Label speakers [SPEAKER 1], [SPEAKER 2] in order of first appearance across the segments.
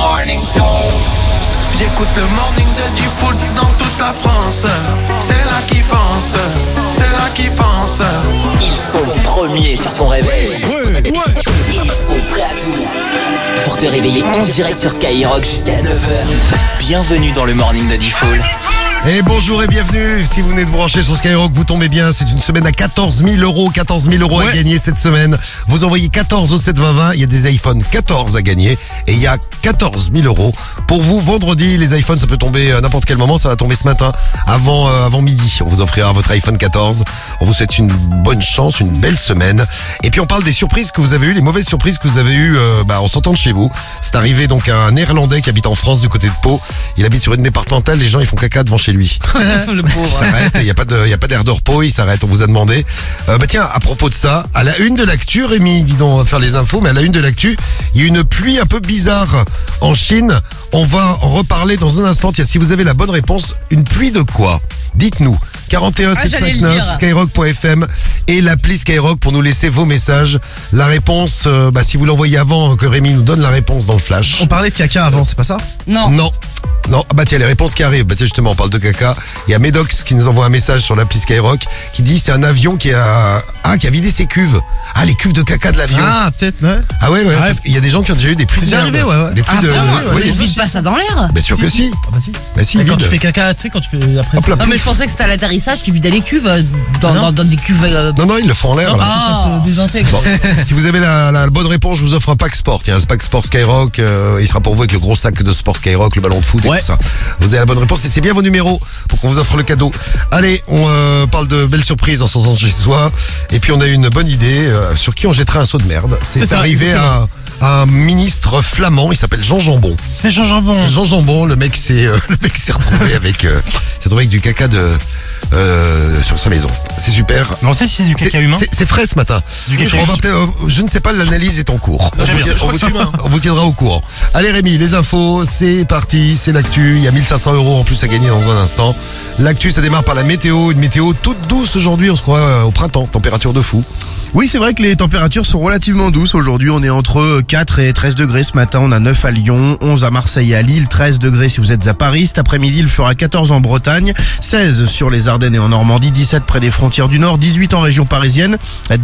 [SPEAKER 1] J'écoute le morning de Diffoul dans toute la France. C'est là qu'ils foncent, c'est là qu'ils foncent.
[SPEAKER 2] Ils sont premiers sur ton réveil. Ils sont prêts à tout pour te réveiller en direct sur Skyrock jusqu'à 9h. Bienvenue dans le morning de Diffoul.
[SPEAKER 3] Et bonjour et bienvenue. Si vous venez de vous brancher sur Skyrock, vous tombez bien. C'est une semaine à 14 000 euros. 14 000 euros à gagner cette semaine. Vous envoyez 14 au 72020. Il y a des iPhone 14 à gagner. Et il y a 14 000 euros pour vous vendredi. Les iPhones, ça peut tomber à n'importe quel moment. Ça va tomber ce matin avant midi. On vous offrira votre iPhone 14. On vous souhaite une bonne chance, une belle semaine. Et puis on parle des surprises que vous avez eues, les mauvaises surprises que vous avez eues en sortant de chez vous. C'est arrivé donc à un Néerlandais qui habite en France du côté de Pau. Il habite sur une départementale. Les gens, ils font caca devant chez lui.
[SPEAKER 4] Le
[SPEAKER 3] Parce qu'il s'arrête, il y a pas d'air de repos, il s'arrête, on vous a demandé. Tiens, à propos de ça, à la une de l'actu, Rémi, dis donc, on va faire les infos, mais à la une de l'actu, il y a une pluie un peu bizarre en Chine. On va en reparler dans un instant. Tiens, si vous avez la bonne réponse, une pluie de quoi? Dites-nous. 41 759 skyrock.fm et l'appli Skyrock pour nous laisser vos messages. La réponse, si vous l'envoyez avant que Rémi nous donne la réponse dans le flash.
[SPEAKER 4] On parlait de caca avant, c'est pas ça?
[SPEAKER 3] Non. Tiens, les réponses qui arrivent. Tiens, justement, on parle de caca. Il y a Medox qui nous envoie un message sur l'appli Skyrock qui dit c'est un avion qui a vidé ses cuves. Ah, les cuves de caca de l'avion.
[SPEAKER 4] Ah, peut-être, ouais.
[SPEAKER 3] Ah ouais, parce qu'il y a des gens qui ont déjà eu des pluies de
[SPEAKER 4] C'est déjà arrivé, ouais.
[SPEAKER 3] Des pluies de...
[SPEAKER 5] Vous ne vide pas ça dans l'air?
[SPEAKER 3] Bien sûr que si.
[SPEAKER 4] Ah bah si.
[SPEAKER 3] Bah si,
[SPEAKER 4] Et quand
[SPEAKER 3] vide.
[SPEAKER 4] tu fais caca, tu sais, quand tu fais après
[SPEAKER 3] Hop là,
[SPEAKER 5] Non mais je pensais que c'était à l'atterrissage qui vidait les cuves dans des cuves.
[SPEAKER 3] Non, ils le font en l'air. là.
[SPEAKER 4] ça se désintègre.
[SPEAKER 3] Bon, si vous avez la bonne réponse, je vous offre un pack sport. Tiens, le pack sport Skyrock, il sera pour vous avec le gros sac de sport Skyrock, le ballon de foot et tout ça. Vous avez la bonne réponse et c'est bien vos numéros pour qu'on vous offre le cadeau. Allez, on parle de belles surprises en sortant de chez soi. Et puis on a une bonne idée sur qui on jettera un seau de merde. C'est arrivé à un ministre flamand, il s'appelle Jean Jambon.
[SPEAKER 4] C'est Jean Jambon.
[SPEAKER 3] Jean Jambon, le mec s'est retrouvé avec du caca sur sa maison. C'est super.
[SPEAKER 6] Mais on sait si c'est du caca humain.
[SPEAKER 3] C'est frais ce matin.
[SPEAKER 6] Du caca
[SPEAKER 3] je ne sais pas, l'analyse est en cours.
[SPEAKER 6] humain.
[SPEAKER 3] On vous tiendra au courant. Allez Rémi, les infos, c'est parti, c'est l'actu. Il y a 1500 euros en plus à gagner dans un instant. L'actu, ça démarre par la météo. Une météo toute douce aujourd'hui, on se croit au printemps. Température de fou.
[SPEAKER 7] Oui, c'est vrai que les températures sont relativement douces. Aujourd'hui, on est entre 4 et 13 degrés. Ce matin, on a 9 à Lyon, 11 à Marseille et à Lille, 13 degrés si vous êtes à Paris. Cet après-midi, il fera 14 en Bretagne, 16 sur les Ardennes et en Normandie, 17 près des frontières du Nord, 18 en région parisienne,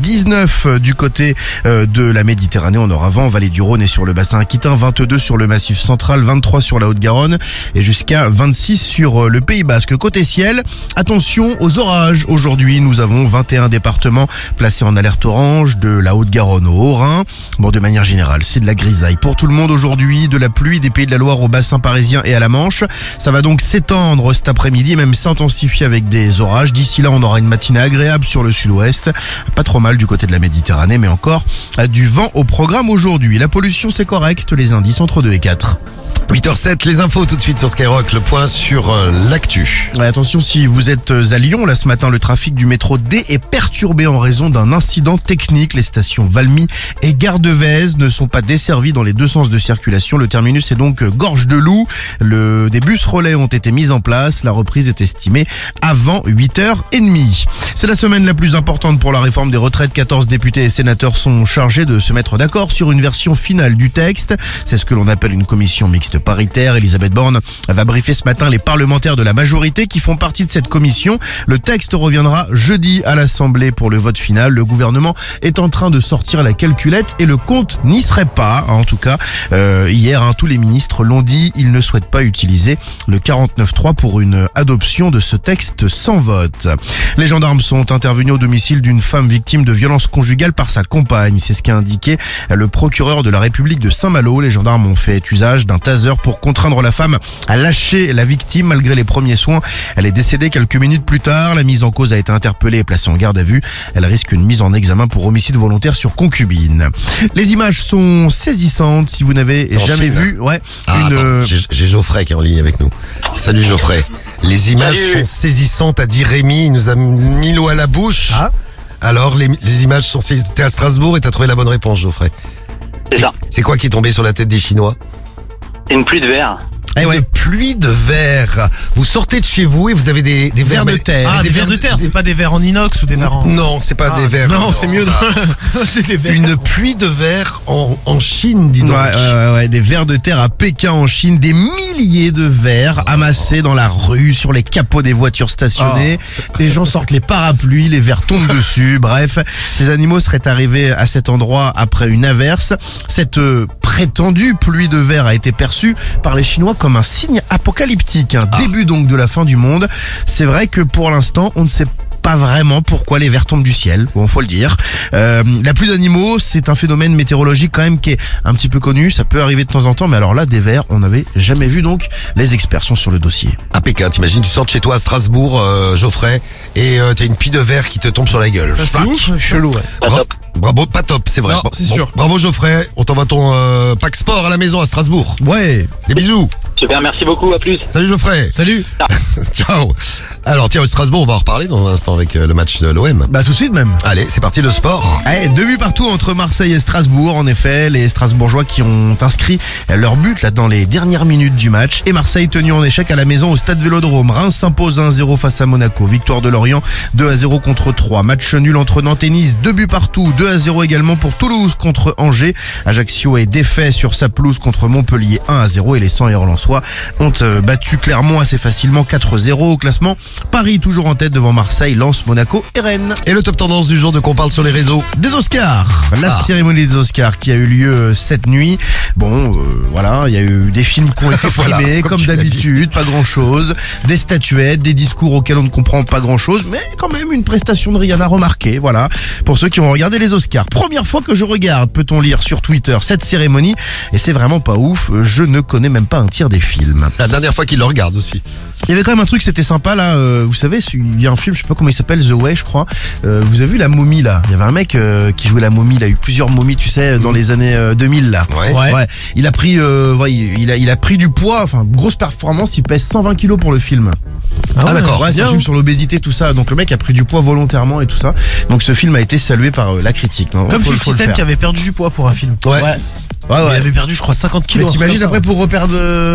[SPEAKER 7] 19 du côté de la Méditerranée, en Nord-Avant, vallée du Rhône et sur le bassin aquitain, 22 sur le Massif central, 23 sur la Haute-Garonne et jusqu'à 26 sur le Pays Basque. Côté ciel, attention aux orages. Aujourd'hui, nous avons 21 départements placés en alerte orange, de la Haute-Garonne au Haut-Rhin. Bon, de manière générale, c'est de la grisaille pour tout le monde aujourd'hui, de la pluie des Pays de la Loire au bassin parisien et à la Manche. Ça va donc s'étendre cet après-midi et même s'intensifier avec des orages. D'ici là, on aura une matinée agréable sur le sud-ouest. Pas trop mal du côté de la Méditerranée, mais encore du vent au programme aujourd'hui. La pollution, c'est correct. Les indices entre 2 et 4.
[SPEAKER 3] 8h07, les infos tout de suite sur Skyrock, le point sur l'actu.
[SPEAKER 7] Ouais, attention, si vous êtes à Lyon, là ce matin, le trafic du métro D est perturbé en raison d'un incident technique. Les stations Valmy et Gare de Vèze ne sont pas desservies dans les deux sens de circulation. Le terminus est donc Gorge de Loup. Des bus relais ont été mis en place. La reprise est estimée avant 8h30. C'est la semaine la plus importante pour la réforme des retraites. 14 députés et sénateurs sont chargés de se mettre d'accord sur une version finale du texte. C'est ce que l'on appelle une commission mixte paritaire. Elisabeth Borne va briefer ce matin les parlementaires de la majorité qui font partie de cette commission. Le texte reviendra jeudi à l'Assemblée pour le vote final. Le gouvernement est en train de sortir la calculette et le compte n'y serait pas. En tout cas, hier, tous les ministres l'ont dit, ils ne souhaitent pas utiliser le 49.3 pour une adoption de ce texte sans vote. Les gendarmes sont intervenus au domicile d'une femme victime de violences conjugales par sa compagne. C'est ce qu'a indiqué le procureur de la République de Saint-Malo. Les gendarmes ont fait usage d'un taser pour contraindre la femme à lâcher la victime. Malgré les premiers soins, elle est décédée quelques minutes plus tard. La mise en cause a été interpellée et placée en garde à vue. Elle risque une mise en examen pour homicide volontaire sur concubine. Les images sont saisissantes. Si vous n'avez jamais vu,
[SPEAKER 3] j'ai Geoffrey qui est en ligne avec nous. Salut Geoffrey. Les images sont saisissantes, a dit Rémi. Il nous a mis l'eau à la bouche. Alors, les images sont saisissantes. T'es à Strasbourg et t'as trouvé la bonne réponse, Geoffrey.
[SPEAKER 8] C'est ça.
[SPEAKER 3] C'est quoi qui est tombé sur la tête des Chinois?
[SPEAKER 8] C'est une pluie de verre.
[SPEAKER 3] Une pluie de verre. Vous sortez de chez vous et vous avez des verres
[SPEAKER 7] de terre.
[SPEAKER 4] Ah, des verres de terre, c'est pas des verres en inox ou des verres en...
[SPEAKER 3] Non, c'est pas des verres.
[SPEAKER 4] Non, c'est mieux. C'est des verres.
[SPEAKER 3] Une pluie de verre en Chine, dis donc.
[SPEAKER 7] Ouais, des vers de terre à Pékin en Chine, des milliers de vers amassés dans la rue, sur les capots des voitures stationnées. Les gens sortent les parapluies, les vers tombent dessus. Bref, ces animaux seraient arrivés à cet endroit après une averse. Cette prétendue pluie de verre a été perçue par les Chinois comme un signe apocalyptique, un début donc de la fin du monde. C'est vrai que pour l'instant, on ne sait pas vraiment pourquoi les vers tombent du ciel, bon, faut le dire. La pluie d'animaux, c'est un phénomène météorologique quand même qui est un petit peu connu, ça peut arriver de temps en temps, mais alors là, des vers, on n'avait jamais vu, donc les experts sont sur le dossier.
[SPEAKER 3] À Pékin, t'imagines, tu sors de chez toi à Strasbourg, Geoffrey, et t'as une pluie de verre qui te tombe sur la gueule.
[SPEAKER 4] C'est ouf, chelou, ouais.
[SPEAKER 3] Bravo, pas top, c'est vrai.
[SPEAKER 4] Non, c'est sûr.
[SPEAKER 3] Bravo Geoffrey, on t'envoie ton pack sport à la maison à Strasbourg.
[SPEAKER 7] Ouais.
[SPEAKER 3] Des bisous.
[SPEAKER 8] Super, merci beaucoup, à plus.
[SPEAKER 3] Salut Geoffrey.
[SPEAKER 4] Salut.
[SPEAKER 3] Ciao. Alors tiens, Strasbourg, on va en reparler dans un instant avec le match de l'OM.
[SPEAKER 7] Bah tout de suite même.
[SPEAKER 3] Allez, c'est parti, le sport.
[SPEAKER 7] Allez, 2 buts partout entre Marseille et Strasbourg. En effet, les Strasbourgeois qui ont inscrit leur but là dans les dernières minutes du match. Et Marseille tenu en échec à la maison au Stade Vélodrome. Reims s'impose 1-0 face à Monaco. Victoire de Lorient 2-0 contre 3. Match nul entre Nantes et Nice. 2 buts partout. 2-0 également pour Toulouse contre Angers. Ajaccio est défait sur sa pelouse contre Montpellier 1-0. Et les 100 et Orlensois ont battu Clermont assez facilement 4-0 au classement. Paris toujours en tête devant Marseille, Lens, Monaco et Rennes.
[SPEAKER 3] Et le top tendance du jour de qu'on parle sur les réseaux.
[SPEAKER 7] Des Oscars, la cérémonie des Oscars qui a eu lieu cette nuit. Bon, voilà, il y a eu des films qui ont été
[SPEAKER 3] Voilà,
[SPEAKER 7] primés,
[SPEAKER 3] comme
[SPEAKER 7] comme
[SPEAKER 3] tu l'as
[SPEAKER 7] d'habitude, pas grand chose, des statuettes, des discours auxquels on ne comprend pas grand chose, mais quand même une prestation de Rihanna remarquée, voilà, pour ceux qui ont regardé les Oscars. Première fois que je regarde, peut-on lire sur Twitter, cette cérémonie, et c'est vraiment pas ouf, je ne connais même pas un tiers des films.
[SPEAKER 3] La dernière fois qu'il le regarde aussi.
[SPEAKER 7] Il y avait quand même un truc, c'était sympa là, vous savez, il y a un film, je sais pas comment il s'appelle, The Way je crois, vous avez vu la momie là, il y avait un mec qui jouait la momie, il a eu plusieurs momies tu sais, dans les années 2000 là.
[SPEAKER 3] Ouais.
[SPEAKER 7] Il a pris il a pris du poids, enfin grosse performance, il pèse 120 kilos pour le film.
[SPEAKER 3] Ah d'accord.
[SPEAKER 7] Ouais, c'est un film sur l'obésité tout ça, donc le mec a pris du poids volontairement et tout ça, donc ce film a été salué par la critique. Non,
[SPEAKER 4] Comme
[SPEAKER 7] faut
[SPEAKER 4] 50
[SPEAKER 7] le
[SPEAKER 4] Cent
[SPEAKER 7] faire.
[SPEAKER 4] qui avait perdu du poids pour un film.
[SPEAKER 3] Ouais.
[SPEAKER 7] Ouais.
[SPEAKER 4] Il avait perdu, je crois, 50
[SPEAKER 7] Mais
[SPEAKER 4] kilos.
[SPEAKER 7] t'imagines après pour reperdre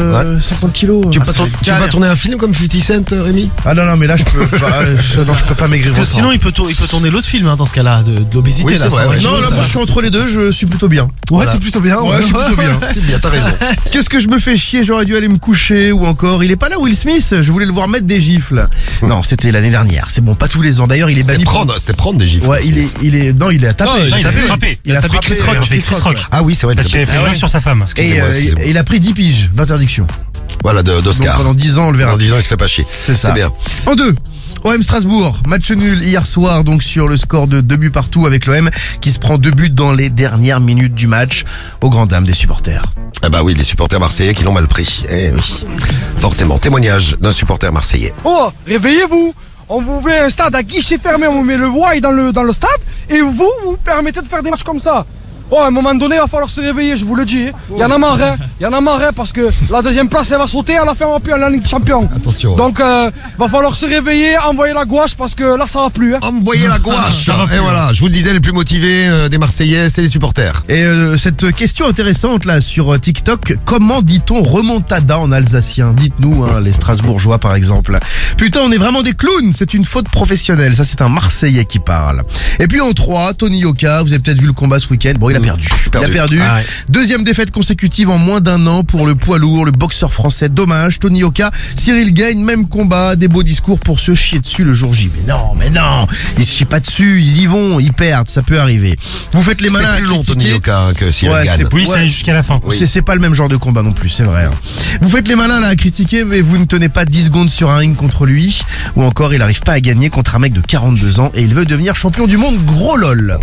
[SPEAKER 7] 50 kilos.
[SPEAKER 3] Tu peux pas tourner un film comme 50 Cent, Rémi?
[SPEAKER 7] Ah non mais là je peux pas, non je peux pas maigrir.
[SPEAKER 4] Parce que sinon, il peut tourner l'autre film, hein, dans ce cas-là, de l'obésité.
[SPEAKER 3] Oui,
[SPEAKER 4] là,
[SPEAKER 3] c'est vrai,
[SPEAKER 4] ça aurait
[SPEAKER 3] ouais.
[SPEAKER 4] été
[SPEAKER 7] Non,
[SPEAKER 4] chaud,
[SPEAKER 7] là,
[SPEAKER 4] ça.
[SPEAKER 7] moi je suis entre les deux, je suis plutôt bien.
[SPEAKER 4] Ouais,
[SPEAKER 3] Voilà.
[SPEAKER 4] t'es plutôt bien.
[SPEAKER 7] Ouais, je suis plutôt bien.
[SPEAKER 3] T'es bien, t'as raison.
[SPEAKER 7] Qu'est-ce que je me fais chier, j'aurais dû aller me coucher, ou encore, il est pas là Will Smith, je voulais le voir mettre des gifles. Non, c'était l'année dernière, c'est bon, pas tous les ans. D'ailleurs, il est banni.
[SPEAKER 3] C'était prendre des gifles.
[SPEAKER 7] Ouais, il est à taper.
[SPEAKER 6] Non, il a frappé.
[SPEAKER 7] Il a
[SPEAKER 6] tapé
[SPEAKER 7] frappé
[SPEAKER 6] Chris Rock.
[SPEAKER 3] Ah oui, c'est vrai.
[SPEAKER 6] Parce qu'il avait fait une blague sur sa femme.
[SPEAKER 7] Et il a pris 10 piges d'interdiction.
[SPEAKER 3] Voilà,
[SPEAKER 7] Donc
[SPEAKER 3] d'Oscar.
[SPEAKER 7] pendant 10 ans, on le verra.
[SPEAKER 3] Pendant 10 ans, il se fait pas chier.
[SPEAKER 7] C'est ça.
[SPEAKER 3] C'est bien.
[SPEAKER 7] En 2. OM Strasbourg, match nul hier soir donc sur le score de 2 buts partout avec l'OM qui se prend 2 buts dans les dernières minutes du match aux grandes dames des supporters.
[SPEAKER 3] Ah bah oui, les supporters marseillais qui l'ont mal pris. Eh oui. Forcément, témoignage d'un supporter marseillais.
[SPEAKER 9] Oh, réveillez-vous! On vous met un stade à guichet fermé, on vous met le why dans le stade, et vous permettez de faire des matchs comme ça. Oh, à un moment donné, il va falloir se réveiller, je vous le dis. Il y en a marre, hein. Il y en a marre, hein, parce que la deuxième place, elle va sauter, à la fin, on va plus aller en Ligue des Champions.
[SPEAKER 3] Attention.
[SPEAKER 9] Donc, va falloir se réveiller, envoyer la gouache, parce que là, ça va plus, hein.
[SPEAKER 3] Envoyez la gouache. Et voilà, je vous le disais, les plus motivés des Marseillais, c'est les supporters.
[SPEAKER 7] Et cette question intéressante là sur TikTok, comment dit-on remontada en alsacien? Dites-nous, hein, les Strasbourgeois par exemple. Putain, on est vraiment des clowns, c'est une faute professionnelle. Ça, c'est un Marseillais qui parle. Et puis en 3, Tony Yoka, vous avez peut-être vu le combat ce week-end. Bon, il a perdu. Il a perdu.
[SPEAKER 4] Ah ouais.
[SPEAKER 7] Deuxième défaite consécutive en moins d'un an pour le poids lourd, le boxeur français. Dommage, Tony Yoka, Cyril Gagne, même combat, des beaux discours pour se chier dessus le jour J. Mais non, ils se chient pas dessus, ils y vont, ils perdent, ça peut arriver. Vous faites les malins.
[SPEAKER 3] C'était plus long, Tony Yoka, que Cyril
[SPEAKER 7] Ouais,
[SPEAKER 3] Gagne.
[SPEAKER 7] c'était-
[SPEAKER 6] Oui, ça allait jusqu'à la fin.
[SPEAKER 3] Oui.
[SPEAKER 7] C'est pas le même genre de combat non plus, c'est vrai. Hein. Vous faites les malins là à critiquer, mais vous ne tenez pas 10 secondes sur un ring contre lui. Ou encore, il arrive pas à gagner contre un mec de 42 ans et il veut devenir champion du monde. Gros lol.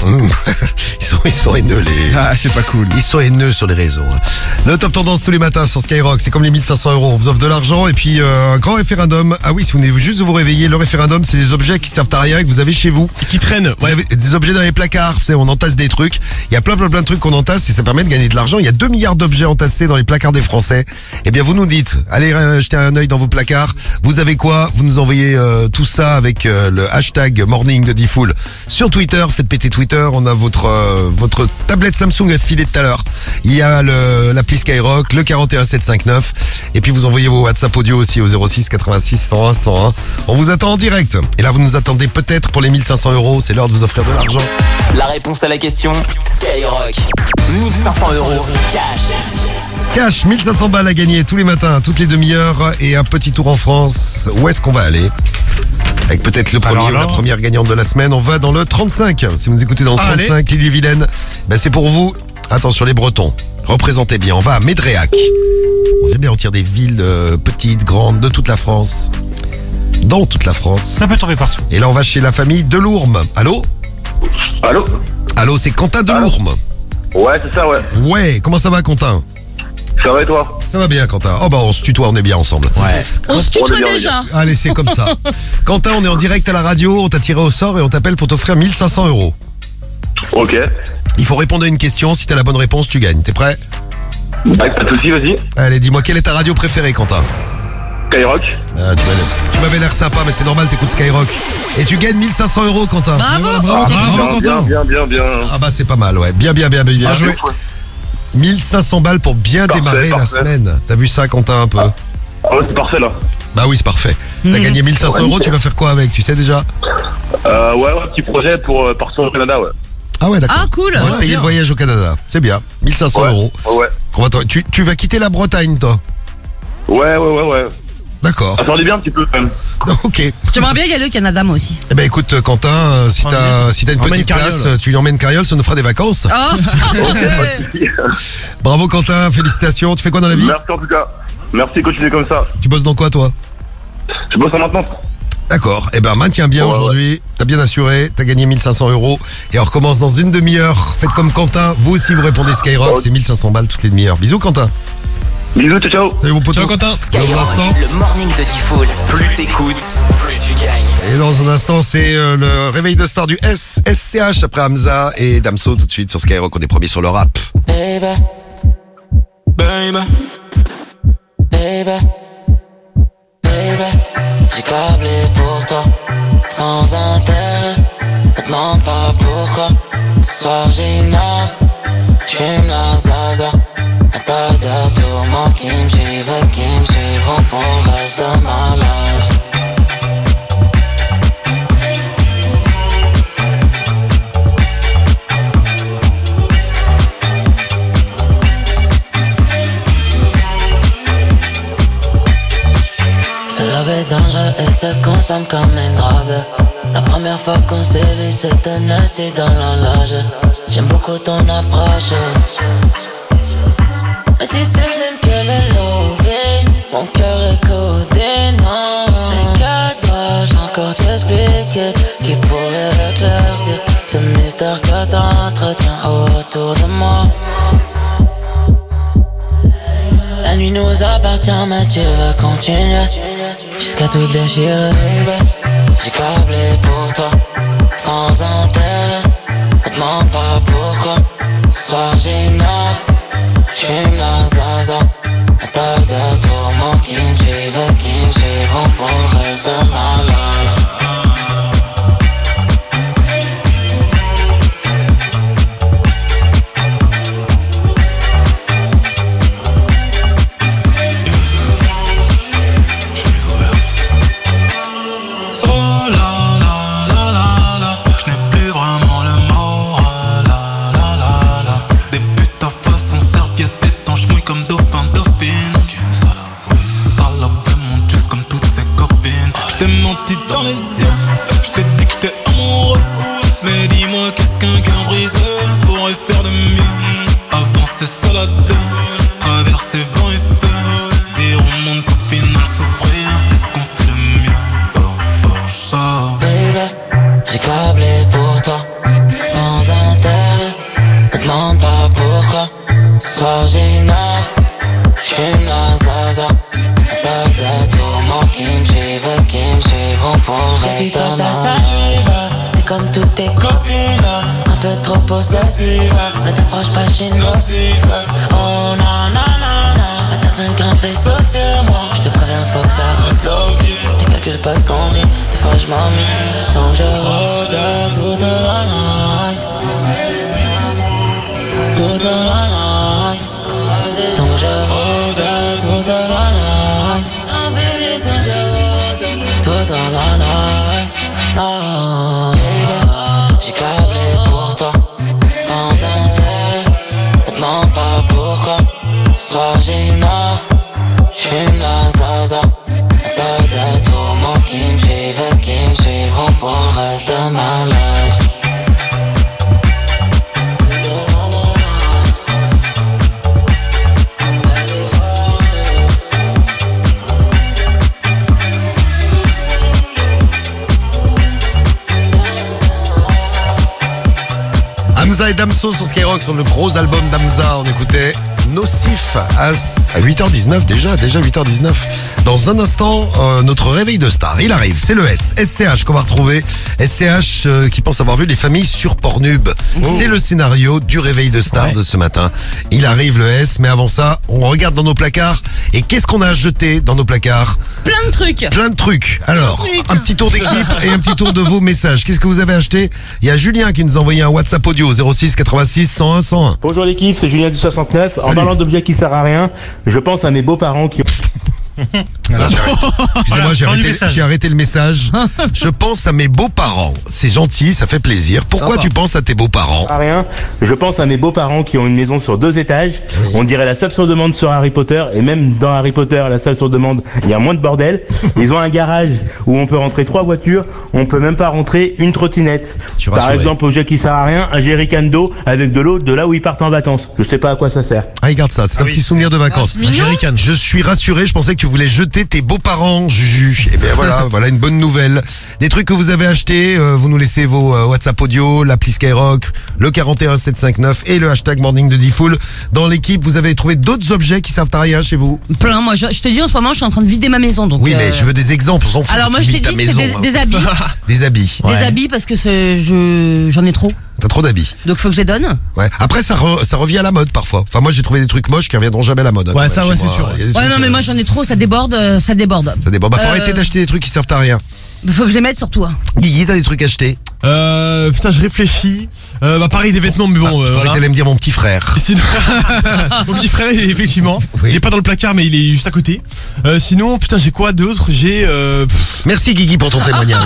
[SPEAKER 3] Ils sont haineux, les...
[SPEAKER 7] Ah, c'est pas cool.
[SPEAKER 3] Ils sont haineux sur les réseaux. Hein. Le top tendance tous les matins sur Skyrock, c'est comme les 1500 €. On vous offre de l'argent et puis un grand référendum. Ah oui, si vous venez juste de vous réveiller, le référendum, c'est les objets qui servent à rien et que vous avez chez vous.
[SPEAKER 4] Qui traîne.
[SPEAKER 3] Vous avez des objets dans les placards, vous savez, on entasse des trucs. Il y a plein de trucs qu'on entasse et ça permet de gagner de l'argent. Il y a 2 milliards d'objets entassés dans les placards des Français. Eh bien, vous nous dites, allez jeter un œil dans vos placards. Vous avez quoi? Vous nous envoyez tout ça avec le hashtag Morning de Diffoul sur Twitter. Faites péter Twitter. On a votre tablette Samsung à te filer tout à l'heure. Il y a l'appli Skyrock, le 41759. Et puis vous envoyez vos WhatsApp audio aussi au 06 86 101 101. On vous attend en direct. Et là, vous nous attendez peut-être pour les 1500 €. C'est l'heure de vous offrir de l'argent.
[SPEAKER 2] La réponse à la question, Skyrock. 1500 € cash.
[SPEAKER 3] Cash, 1500 balles à gagner tous les matins, toutes les demi-heures. Et un petit tour en France. Où est-ce qu'on va aller ? Avec peut-être le premier ou la première gagnante de la semaine. On va dans le 35. Si vous nous écoutez dans le 35, Lille-Vilaine, ben c'est pour vous. Attention les Bretons, représentez bien. On va à Médréac. On vient bien, on tire des villes petites, grandes, de toute la France. Dans toute la France.
[SPEAKER 6] Ça peut tomber partout.
[SPEAKER 3] Et là, on va chez la famille Delourme. Allô ?
[SPEAKER 8] Allô ?
[SPEAKER 3] Allô, c'est Quentin Delourme.
[SPEAKER 8] Ouais, c'est ça, ouais.
[SPEAKER 3] Ouais, comment ça va, Quentin ?
[SPEAKER 8] Ça va et toi ?
[SPEAKER 3] Ça va bien, Quentin. Oh bah on se tutoie, on est bien ensemble.
[SPEAKER 7] Ouais.
[SPEAKER 5] On se tutoie déjà.
[SPEAKER 3] Allez, c'est comme ça. Quentin, on est en direct à la radio, on t'a tiré au sort et on t'appelle pour t'offrir 1500 €.
[SPEAKER 8] Ok.
[SPEAKER 3] Il faut répondre à une question, si t'as la bonne réponse, tu gagnes. T'es prêt ?
[SPEAKER 8] Pas de soucis, vas-y.
[SPEAKER 3] Allez, dis-moi, quelle est ta radio préférée, Quentin ?
[SPEAKER 8] Skyrock.
[SPEAKER 3] Ah, tu m'avais l'air sympa, mais c'est normal, t'écoutes Skyrock. Et tu gagnes 1500 €, Quentin.
[SPEAKER 5] Bravo.
[SPEAKER 3] Bravo, Quentin.
[SPEAKER 8] Bien.
[SPEAKER 3] Ah bah c'est pas mal, ouais. Bien joué. 1500 balles pour bien démarrer la semaine. T'as vu ça, Quentin, un peu ?
[SPEAKER 8] Ah ouais, c'est parfait, là.
[SPEAKER 3] Bah oui, c'est parfait. T'as gagné 1500 €, tu vas faire quoi avec ? Tu sais déjà ?
[SPEAKER 8] Ouais, petit projet pour partir au Canada, ouais.
[SPEAKER 3] Ah ouais, d'accord.
[SPEAKER 5] Ah, cool.
[SPEAKER 3] On va te payer le voyage au Canada. C'est bien. 1500 €.
[SPEAKER 8] Ouais.
[SPEAKER 3] Tu vas quitter la Bretagne, toi ?
[SPEAKER 8] Ouais.
[SPEAKER 3] D'accord.
[SPEAKER 8] Ça fait bien un petit peu, quand même.
[SPEAKER 3] Ok.
[SPEAKER 5] J'aimerais bien y aller au Canada, moi aussi.
[SPEAKER 3] Eh ben écoute, Quentin, si t'as une petite place, tu lui emmènes Carriole, ça nous fera des vacances.
[SPEAKER 5] Oh.
[SPEAKER 3] Bravo, Quentin, félicitations. Tu fais quoi dans la vie ?
[SPEAKER 8] Merci en tout cas. Merci, continuez comme ça.
[SPEAKER 3] Tu bosses dans quoi, toi ?
[SPEAKER 8] Je bosse en maintenance.
[SPEAKER 3] D'accord. Eh ben, maintiens bien aujourd'hui. T'as bien assuré. T'as gagné 1500 €. Et on recommence dans une demi-heure. Faites comme Quentin. Vous aussi, vous répondez Skyrock. C'est 1500 balles toutes les demi-heures. Bisous, Quentin.
[SPEAKER 8] Bisous, ciao.
[SPEAKER 3] Salut, mon poteau.
[SPEAKER 4] Ciao, Quentin.
[SPEAKER 3] Dans un
[SPEAKER 2] Skyrock,
[SPEAKER 3] instant.
[SPEAKER 2] le morning de Diffoul. Plus t'écoutes, plus tu gagnes.
[SPEAKER 3] Et dans un instant, c'est le réveil de star du SCH après Hamza et Damso tout de suite sur Skyrock. On est premiers sur le rap.
[SPEAKER 1] Baby, j'ai câblé pour toi, sans intérêt. Ne demande pas pourquoi. Ce soir j'innove, tu fumes la zaza. Un tas de tourments qui me suivront pour le reste de ma life. Ce love est dangereux et se consomme comme une drogue. La première fois qu'on s'est vu, c'était nasty dans la loge. J'aime beaucoup ton approche. Mais tu sais que je n'aime que le loving. Mon cœur est codé, non. Mais que dois-je encore t'expliquer qui pourrait éclaircir ce mystère que t'entretiens autour de moi? La nuit nous appartient, mais tu veux continuer jusqu'à tout déchirer, baby. J'ai câblé pour toi, sans intérêt. Ne demande pas pourquoi. Ce soir j'innove, j'fume la zaza. Un tas de tourments qui me suivront pour le reste de ma life. Ne t'approche pas chez nous. Oh non, non, non, non. T'as plein de grimper sauf sur moi. Je te préviens, faut que ça reste low-key. Ne calcule pas ce qu'on dit, des fois je m'ennuie. Tant que je rôde toute la night. toute la night. Donc je rôde toute la night. Oh baby, donc je rôde toute la night. Oh baby, j'ai câblé pour toi, sans intérêt. Me demande pas pourquoi. Ce soir j'ignore, j'fume la zaza. T'as tout le monde qui me suivront pour le reste de ma life.
[SPEAKER 3] Hamza et Damso sur Skyrock sur le gros album d'Hamza. On écoutait Nocif à 8h19 déjà 8h19. Dans un instant, notre réveil de star, il arrive, c'est le SCH qu'on va retrouver. SCH qui pense avoir vu les familles sur Pornhub. C'est le scénario du réveil de star de ce matin. Il arrive le S, mais avant ça, on regarde dans nos placards. Et qu'est-ce qu'on a jeté dans nos placards?
[SPEAKER 5] Plein de trucs.
[SPEAKER 3] Alors, un petit tour d'équipe et un petit tour de vos messages. Qu'est-ce que vous avez acheté? Il y a Julien qui nous a envoyé un WhatsApp audio 06 86 101 101.
[SPEAKER 10] Bonjour l'équipe, c'est Julien du 69.
[SPEAKER 3] Salut.
[SPEAKER 10] En parlant d'objets qui servent à rien, je pense à mes beaux-parents qui ont...
[SPEAKER 3] Excusez-moi, j'ai arrêté le message. Je pense à mes beaux-parents. C'est gentil, ça fait plaisir. Pourquoi tu penses à tes beaux-parents?
[SPEAKER 10] à rien. Je pense à mes beaux-parents qui ont une maison sur 2 étages. On dirait la salle sur demande sur Harry Potter. Et même dans Harry Potter, la salle sur demande, il y a moins de bordel. Ils ont un garage où on peut rentrer 3 voitures. On peut même pas rentrer une trottinette. Par exemple, objet qui sert à rien, un jerrycan d'eau avec de l'eau de là où ils partent en vacances. Je sais pas à quoi ça sert.
[SPEAKER 3] Ah, regarde ça, c'est un petit souvenir de vacances. Je suis rassuré, je pensais que tu voulais jeter tes beaux-parents, Juju. Et bien voilà une bonne nouvelle. Des trucs que vous avez achetés, vous nous laissez vos WhatsApp audio, l'appli Skyrock, le 41759 et le hashtag Morning de Diffoul. Dans l'équipe, vous avez trouvé d'autres objets qui servent à rien chez vous?
[SPEAKER 5] Plein, moi je te dis en ce moment je suis en train de vider ma maison donc.
[SPEAKER 3] Oui mais je veux des exemples, on s'en fout.
[SPEAKER 5] Alors moi je t'ai dit c'est des habits.
[SPEAKER 3] Des habits.
[SPEAKER 5] Des habits parce que j'en ai trop.
[SPEAKER 3] T'as trop d'habits.
[SPEAKER 5] Donc faut que je les donne.
[SPEAKER 3] Ouais. Après ça revient à la mode parfois. Enfin moi j'ai trouvé des trucs moches qui reviendront jamais à la mode.
[SPEAKER 4] Ouais ça ouais c'est sûr.
[SPEAKER 5] Ouais non mais moi j'en ai trop, ça déborde.
[SPEAKER 3] Ça déborde. Bah faut arrêter d'acheter des trucs qui servent à rien.
[SPEAKER 5] Faut que je les mette surtout.
[SPEAKER 3] Guigui, t'as des trucs achetés?
[SPEAKER 4] Putain je réfléchis. Pareil des vêtements mais bon.
[SPEAKER 3] Je pensais que t'allais me dire mon petit frère.
[SPEAKER 4] Sinon... Mon petit frère effectivement. Il est pas dans le placard mais il est juste à côté. Sinon putain j'ai quoi d'autre? J'ai
[SPEAKER 3] Merci Guigui pour ton témoignage.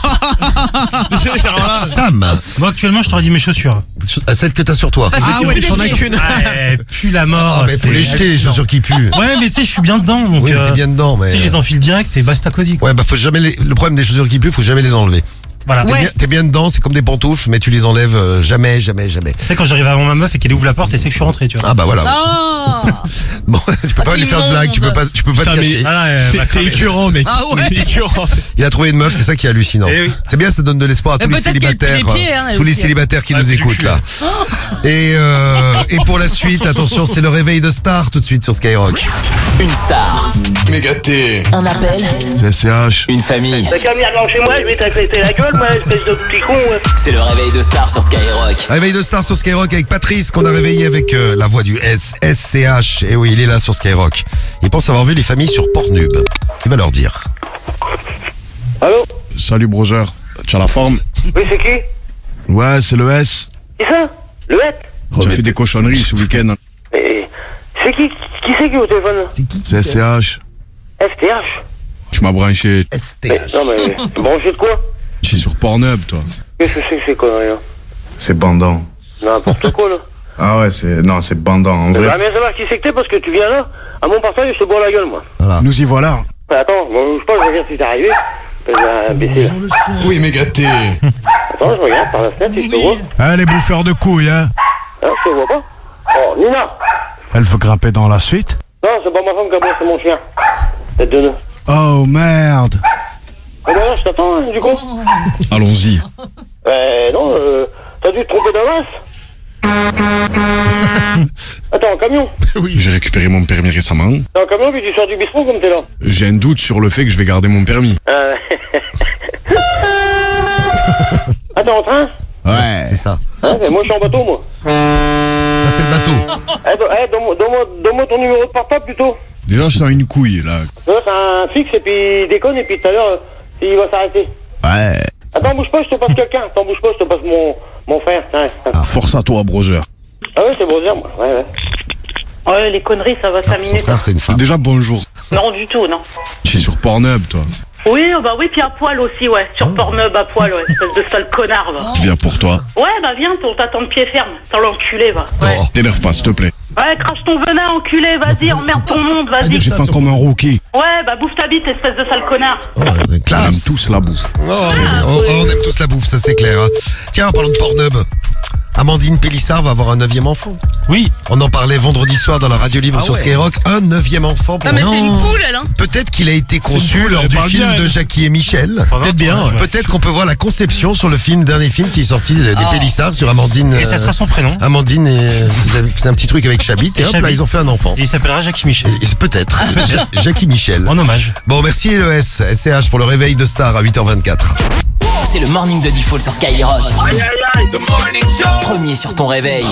[SPEAKER 3] Sam.
[SPEAKER 6] Moi actuellement je t'aurais dit mes chaussures.
[SPEAKER 3] Celle que t'as sur toi.
[SPEAKER 5] Parce que
[SPEAKER 4] j'en ai qu'une.
[SPEAKER 6] Pue la mort.
[SPEAKER 3] Mais faut les jeter les chaussures qui puent.
[SPEAKER 6] Ouais mais tu sais je suis bien dedans donc.
[SPEAKER 3] Oui t'es bien dedans mais.
[SPEAKER 6] Tu sais je les enfile direct et basta cosy quoi.
[SPEAKER 3] Ouais bah faut jamais le problème des chaussures qui puent, faut jamais les enlever.
[SPEAKER 6] Voilà.
[SPEAKER 3] T'es bien dedans, c'est comme des pantoufles, mais tu les enlèves jamais.
[SPEAKER 6] Tu sais quand j'arrive avant ma meuf et qu'elle ouvre la porte, elle sait que je suis rentré, tu vois.
[SPEAKER 3] Ah bah voilà.
[SPEAKER 5] Oh
[SPEAKER 3] Bon, tu peux pas lui faire de blague, tu peux pas te cacher.
[SPEAKER 4] T'es écœurant mec.
[SPEAKER 5] Ah ouais.
[SPEAKER 4] T'es écœurant.
[SPEAKER 3] Il a trouvé une meuf, c'est ça qui est hallucinant.
[SPEAKER 6] Eh oui.
[SPEAKER 3] C'est bien, ça donne de l'espoir à tous les célibataires, tous les célibataires qui nous écoutent là. Et pour la suite, attention, c'est le réveil de star tout de suite sur Skyrock.
[SPEAKER 2] Une star,
[SPEAKER 1] Mégaté.
[SPEAKER 2] un appel,
[SPEAKER 7] C'est SCH.
[SPEAKER 2] une famille.
[SPEAKER 10] T'as qu'à venir devant chez moi, je vais t'affecter la gueule, moi, espèce de petit con.
[SPEAKER 2] C'est le réveil de star sur Skyrock.
[SPEAKER 3] Réveil de star sur Skyrock avec Patrice qu'on a réveillé avec la voix du SCH. Et oui, il est là sur Skyrock. Il pense avoir vu les familles sur Pornhub. Il va leur dire.
[SPEAKER 10] Allô?
[SPEAKER 7] Salut brother. Tu as la forme?
[SPEAKER 10] Oui, c'est qui?
[SPEAKER 7] Ouais, c'est le S.
[SPEAKER 10] Qui ça? Le hête?
[SPEAKER 7] J'ai fait des cochonneries ce week-end.
[SPEAKER 10] Mais c'est qui? Qui c'est qui est au téléphone là?
[SPEAKER 7] C'est SCH.
[SPEAKER 10] FTH?
[SPEAKER 7] Tu m'as branché.
[SPEAKER 3] STH.
[SPEAKER 10] Non mais, branché de quoi?
[SPEAKER 7] Je suis sur Pornhub, toi.
[SPEAKER 10] Qu'est-ce que c'est que ces conneries là?
[SPEAKER 7] C'est bandant.
[SPEAKER 10] N'importe quoi là.
[SPEAKER 7] Ah ouais, c'est bandant en
[SPEAKER 10] J'aimerais bien savoir qui c'est que t'es parce que tu viens là, à mon partage, je te bois la gueule moi.
[SPEAKER 3] Voilà.
[SPEAKER 7] Nous y voilà.
[SPEAKER 10] Attends, bon, je pense que je regarde si t'es arrivé. Imbécile.
[SPEAKER 1] Oui, Mégaté.
[SPEAKER 10] Attends, je regarde par la fenêtre si je te vois.
[SPEAKER 7] Ah, les bouffeurs de couilles, hein.
[SPEAKER 10] Hein, je te vois pas. Oh, Nina.
[SPEAKER 7] Elle veut grimper dans la suite.
[SPEAKER 10] Non, c'est pas ma femme qui a bossé, c'est mon chien. Tête de nœud.
[SPEAKER 7] Oh merde.
[SPEAKER 10] Oh bah là, je t'attends, hein, du coup.
[SPEAKER 7] Allons-y.
[SPEAKER 10] Non, t'as dû te tromper d'avance. Attends, un camion.
[SPEAKER 7] J'ai récupéré mon permis récemment.
[SPEAKER 10] T'as un camion puis tu sors du bistrot comme t'es là.
[SPEAKER 7] J'ai un doute sur le fait que je vais garder mon permis.
[SPEAKER 10] Attends, en train?
[SPEAKER 7] Ouais.
[SPEAKER 3] C'est ça.
[SPEAKER 10] Hein, mais moi je suis en bateau, moi.
[SPEAKER 3] Ça c'est le bateau.
[SPEAKER 10] Donne-moi ton numéro de portable plutôt.
[SPEAKER 7] Déjà, je sens une couille, là.
[SPEAKER 10] Non, c'est un fixe et puis il déconne et puis tout à l'heure, il va s'arrêter.
[SPEAKER 7] Ouais.
[SPEAKER 10] Attends, bouge pas, je te passe quelqu'un. Attends, bouge pas, je te passe mon frère. Tiens.
[SPEAKER 7] Force à toi, brother.
[SPEAKER 11] Ah ouais, c'est pour dire, moi. Ouais. Ouais, les conneries, ça va 5
[SPEAKER 3] Son
[SPEAKER 11] minutes.
[SPEAKER 3] frère, c'est une femme.
[SPEAKER 12] Déjà, bonjour.
[SPEAKER 11] Non, du tout, non.
[SPEAKER 12] Je suis sur Pornhub, toi.
[SPEAKER 11] Oui, bah oui, puis à poil aussi, ouais. Sur Pornhub à poil, ouais. Espèce de sale connard, va.
[SPEAKER 12] Je viens pour toi.
[SPEAKER 11] Ouais, bah viens, on t'attend de pied ferme. T'as l'enculé, va. Ouais.
[SPEAKER 12] T'énerve pas, s'il te plaît.
[SPEAKER 11] Ouais, crache ton venin, enculé, vas-y, emmerde ton monde, vas-y.
[SPEAKER 12] J'ai faim comme un rookie.
[SPEAKER 11] Ouais, bah bouffe ta bite, espèce de sale connard.
[SPEAKER 12] On aime tous la bouffe.
[SPEAKER 3] On aime tous la bouffe, ça c'est clair. Tiens, en parlant de Pornhub, Amandine Pélissard va avoir un 9e enfant.
[SPEAKER 6] Oui.
[SPEAKER 3] On en parlait vendredi soir dans la radio libre sur Skyrock. Un 9e enfant.
[SPEAKER 5] Non, mais c'est une poule, elle, hein.
[SPEAKER 3] Peut-être qu'il a été conçu
[SPEAKER 4] poule,
[SPEAKER 3] lors
[SPEAKER 4] elle
[SPEAKER 3] du
[SPEAKER 4] parle
[SPEAKER 3] film
[SPEAKER 4] bien,
[SPEAKER 3] de
[SPEAKER 4] elle.
[SPEAKER 3] Jackie et Michel.
[SPEAKER 6] Peut-être bien. Ouais.
[SPEAKER 3] Peut-être qu'on peut voir la conception sur le dernier film qui est sorti des Pélissard sur Amandine.
[SPEAKER 6] Et ça sera son prénom.
[SPEAKER 3] Amandine faisait un petit truc avec Chabit et hop là
[SPEAKER 6] Chabit.
[SPEAKER 3] ils ont fait un enfant.
[SPEAKER 6] Et il s'appellera Jackie Michel.
[SPEAKER 3] Peut-être. Jackie Michel.
[SPEAKER 6] En hommage.
[SPEAKER 3] Bon, merci LES, SCH pour le réveil de Star à 8h24.
[SPEAKER 2] C'est le morning de Default sur Skyrock. Premier sur ton réveil.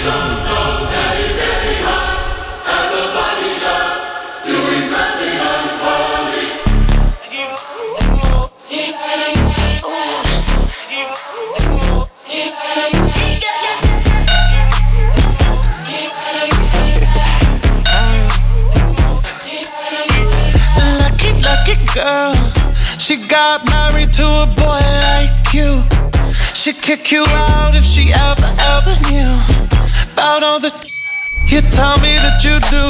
[SPEAKER 13] Lucky girl, she got married to a boy like you. She'd kick you out if she ever knew about all the you tell me that you do.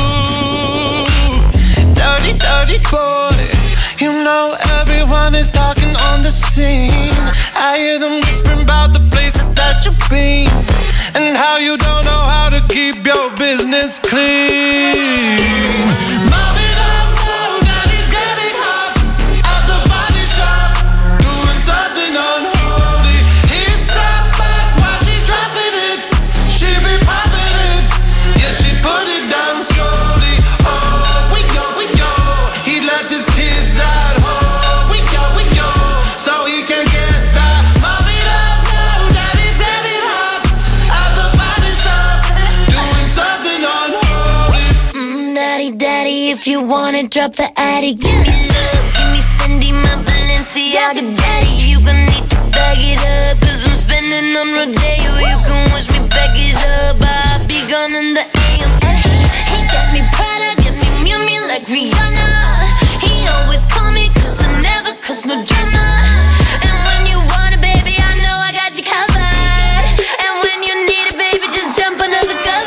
[SPEAKER 13] Dirty, dirty boy, you know everyone is talking on the scene. I hear them whispering about the places that you've been and how you don't know how to keep your business clean. Mommy, don't know daddy's getting hot at the body shop, doing something unholy. He sat back while she's dropping it. She be popping it, yeah, she put it down slowly. Oh, we go. He left his kids at home. We go, so he can get that. Mommy don't know daddy's getting hot at the body shop, doing something unholy.
[SPEAKER 14] Daddy, if you wanna drop the attic, give me love, give me Fendi, my Balenciaga daddy. You gon' need to bag it up, cause I'm spending on Rodeo. You can wish me back it up, I'll be gone in the AM. And he got me Prada, got me Miu Miu like Rihanna. He always call me cause I never cause no drama. And when you want it, baby, I know I got you covered. And when you need it, baby, just jump under the covers.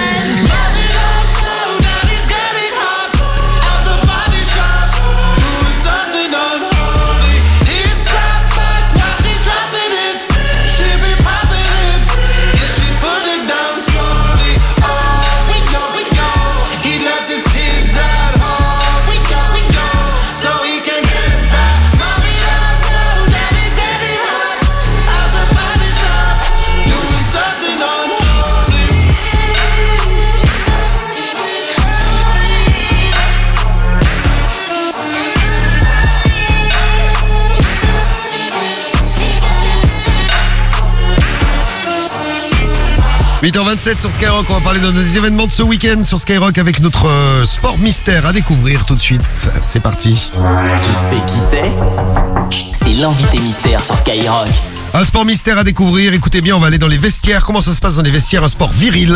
[SPEAKER 3] « 8h27 sur Skyrock, on va parler de nos événements de ce week-end sur Skyrock avec notre sport mystère à découvrir tout de suite. C'est parti.
[SPEAKER 2] Tu sais qui c'est? C'est l'invité mystère sur Skyrock.
[SPEAKER 3] Un sport mystère à découvrir, écoutez bien, on va aller dans les vestiaires. Comment ça se passe dans les vestiaires? Un sport viril,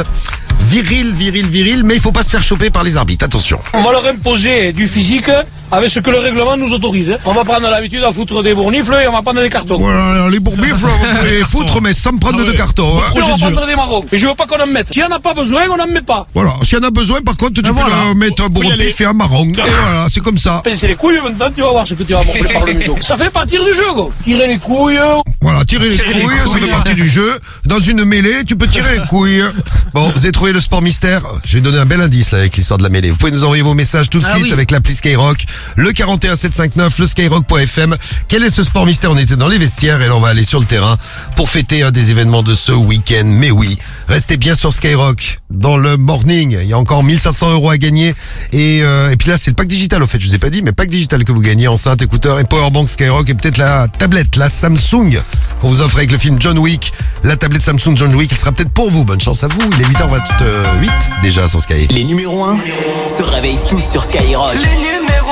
[SPEAKER 3] mais il faut pas se faire choper par les arbitres, attention.
[SPEAKER 15] On va leur imposer du physique avec ce que le règlement nous autorise. On va prendre l'habitude à foutre des bournifles et on va prendre des cartons.
[SPEAKER 3] Voilà, les bournifles, on va les foutre, mais sans prendre de carton.
[SPEAKER 15] On va prendre des marrons. Et je veux pas qu'on en mette. S'il y en a pas besoin, on en met pas.
[SPEAKER 3] Voilà, s'il y en a besoin, par contre, tu peux mettre un bourre-pif et un marron. Et voilà, c'est comme ça.
[SPEAKER 15] C'est les couilles, maintenant tu vas voir ce que tu vas morfler par le museau. Ça fait partie du jeu, gros. Tirer les couilles.
[SPEAKER 3] Voilà, tirer les couilles, ça fait partie du jeu. Dans une mêlée, tu peux tirer les couilles. Bon, vous avez trouvé le sport mystère. Je vais donner un bel indice là, avec l'histoire de la mêlée. Vous pouvez nous envoyer vos messages tout de suite avec l'appli Skyrock, le 41759, le skyrock.fm. Quel est ce sport mystère? On était dans les vestiaires et là on va aller sur le terrain pour fêter un des événements de ce week-end. Mais oui, restez bien sur Skyrock dans le morning. Il y a encore 1500 € à gagner et puis là c'est le pack digital au fait. Je vous ai pas dit, mais pack digital que vous gagnez, enceinte, écouteurs et powerbank Skyrock et peut-être la tablette, la Samsung qu'on vous offre avec le film John Wick. La tablette Samsung John Wick, elle sera peut-être pour vous. Bonne chance à vous. Il est 8h28 déjà sur Skyrock.
[SPEAKER 2] Les numéros 1 se réveillent tous sur Skyrock.
[SPEAKER 13] Les numéros 1 se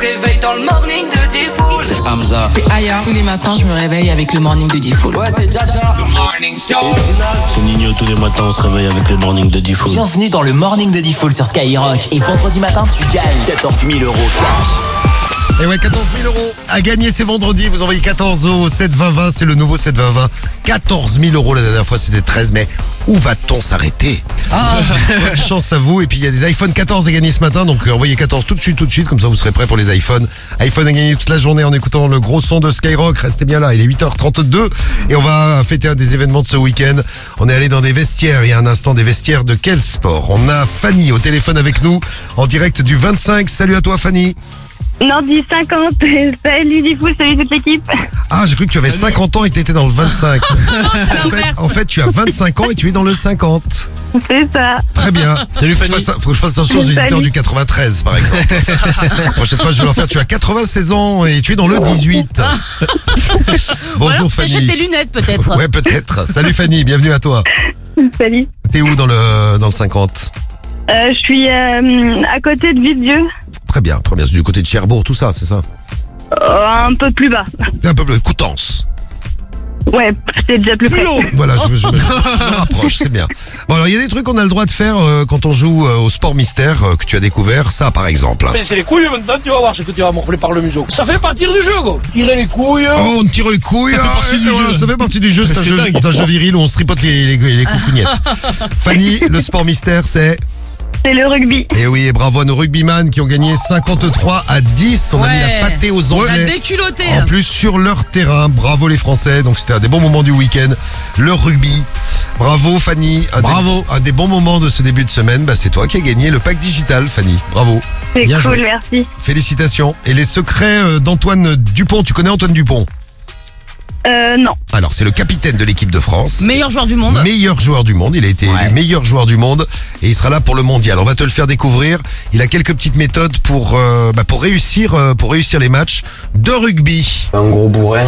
[SPEAKER 1] réveille dans le morning de Diffoul.
[SPEAKER 16] C'est Hamza.
[SPEAKER 17] C'est Aya. Tous les matins, je me réveille avec le morning de Diffoul.
[SPEAKER 16] Ouais, c'est Jaja.
[SPEAKER 1] The Morning Show.
[SPEAKER 16] C'est Nino, tous les matins, on se réveille avec le morning de Diffoul.
[SPEAKER 2] Bienvenue dans le morning de Diffoul sur Skyrock. Et vendredi matin, tu gagnes 14 000 € cash.
[SPEAKER 3] Et ouais, 14 000 € à gagner, c'est vendredi. Vous envoyez 14 au 7 20 20, c'est le nouveau 7 20 20. 14 000 € la dernière fois, c'était 13, mais où va-t-on s'arrêter? Bonne chance à vous. Et puis il y a des iPhone 14 à gagner ce matin, donc envoyez 14 tout de suite, comme ça vous serez prêts pour les iPhones. iPhone à gagner toute la journée en écoutant le gros son de Skyrock. Restez bien là, il est 8h32 et on va fêter un des événements de ce week-end. On est allé dans des vestiaires, il y a un instant, des vestiaires de quel sport? On a Fanny au téléphone avec nous, en direct du 25. Salut à toi Fanny.
[SPEAKER 18] Non, du 50. Salut Diffoul, salut toute l'équipe.
[SPEAKER 3] Ah, j'ai cru que tu avais 50 ans et que tu étais dans le 25. en fait, tu as 25 ans et tu es dans le 50.
[SPEAKER 18] C'est ça.
[SPEAKER 3] Très bien.
[SPEAKER 4] Salut Fanny.
[SPEAKER 3] Faut que je fasse attention aux éditeurs du 93, par exemple. La prochaine fois, je vais leur faire, tu as 96 ans et tu es dans le 18. Bonjour Fanny.
[SPEAKER 5] T'achètes tes lunettes peut-être.
[SPEAKER 3] Ouais, peut-être. Salut Fanny, bienvenue à toi.
[SPEAKER 18] Salut.
[SPEAKER 3] T'es où dans le 50?
[SPEAKER 18] Je suis à côté de Villedieu.
[SPEAKER 3] Très bien. C'est du côté de Cherbourg, tout ça, c'est ça?
[SPEAKER 18] Un peu plus bas.
[SPEAKER 3] Un peu plus, Coutances.
[SPEAKER 18] Ouais, c'est déjà plus près.
[SPEAKER 3] Voilà, je me rapproche, c'est bien. Bon, alors il y a des trucs qu'on a le droit de faire quand on joue au sport mystère que tu as découvert, ça par exemple.
[SPEAKER 15] Mais c'est les couilles maintenant, tu vas voir ce que tu vas morfler par le museau. Ça fait partie du jeu, gros. Tirer les couilles.
[SPEAKER 3] Oh, on tire les couilles.
[SPEAKER 4] Ça fait partie du jeu.
[SPEAKER 3] Ça fait partie du jeu, c'est un jeu viril où on se tripote les coucougnettes. Fanny, le sport mystère, c'est...
[SPEAKER 18] C'est le rugby.
[SPEAKER 3] Et oui, et bravo à nos rugbyman qui ont gagné 53-10. On a mis la pâtée aux Anglais.
[SPEAKER 5] On a déculotté.
[SPEAKER 3] En plus sur leur terrain. Bravo les Français. Donc c'était un des bons moments du week-end. Le rugby. Bravo Fanny. Un des bons moments de ce début de semaine. Bah, c'est toi qui as gagné le pack digital, Fanny. Bravo.
[SPEAKER 18] C'est cool, merci.
[SPEAKER 3] Félicitations. Et les secrets d'Antoine Dupont. Tu connais Antoine Dupont?
[SPEAKER 18] Non.
[SPEAKER 3] Alors, c'est le capitaine de l'équipe de France.
[SPEAKER 5] Meilleur joueur du monde.
[SPEAKER 3] Meilleur joueur du monde. Il a été élu meilleur joueur du monde. Et il sera là pour le mondial. On va te le faire découvrir. Il a quelques petites méthodes pour réussir les matchs de rugby.
[SPEAKER 19] Un gros bourrin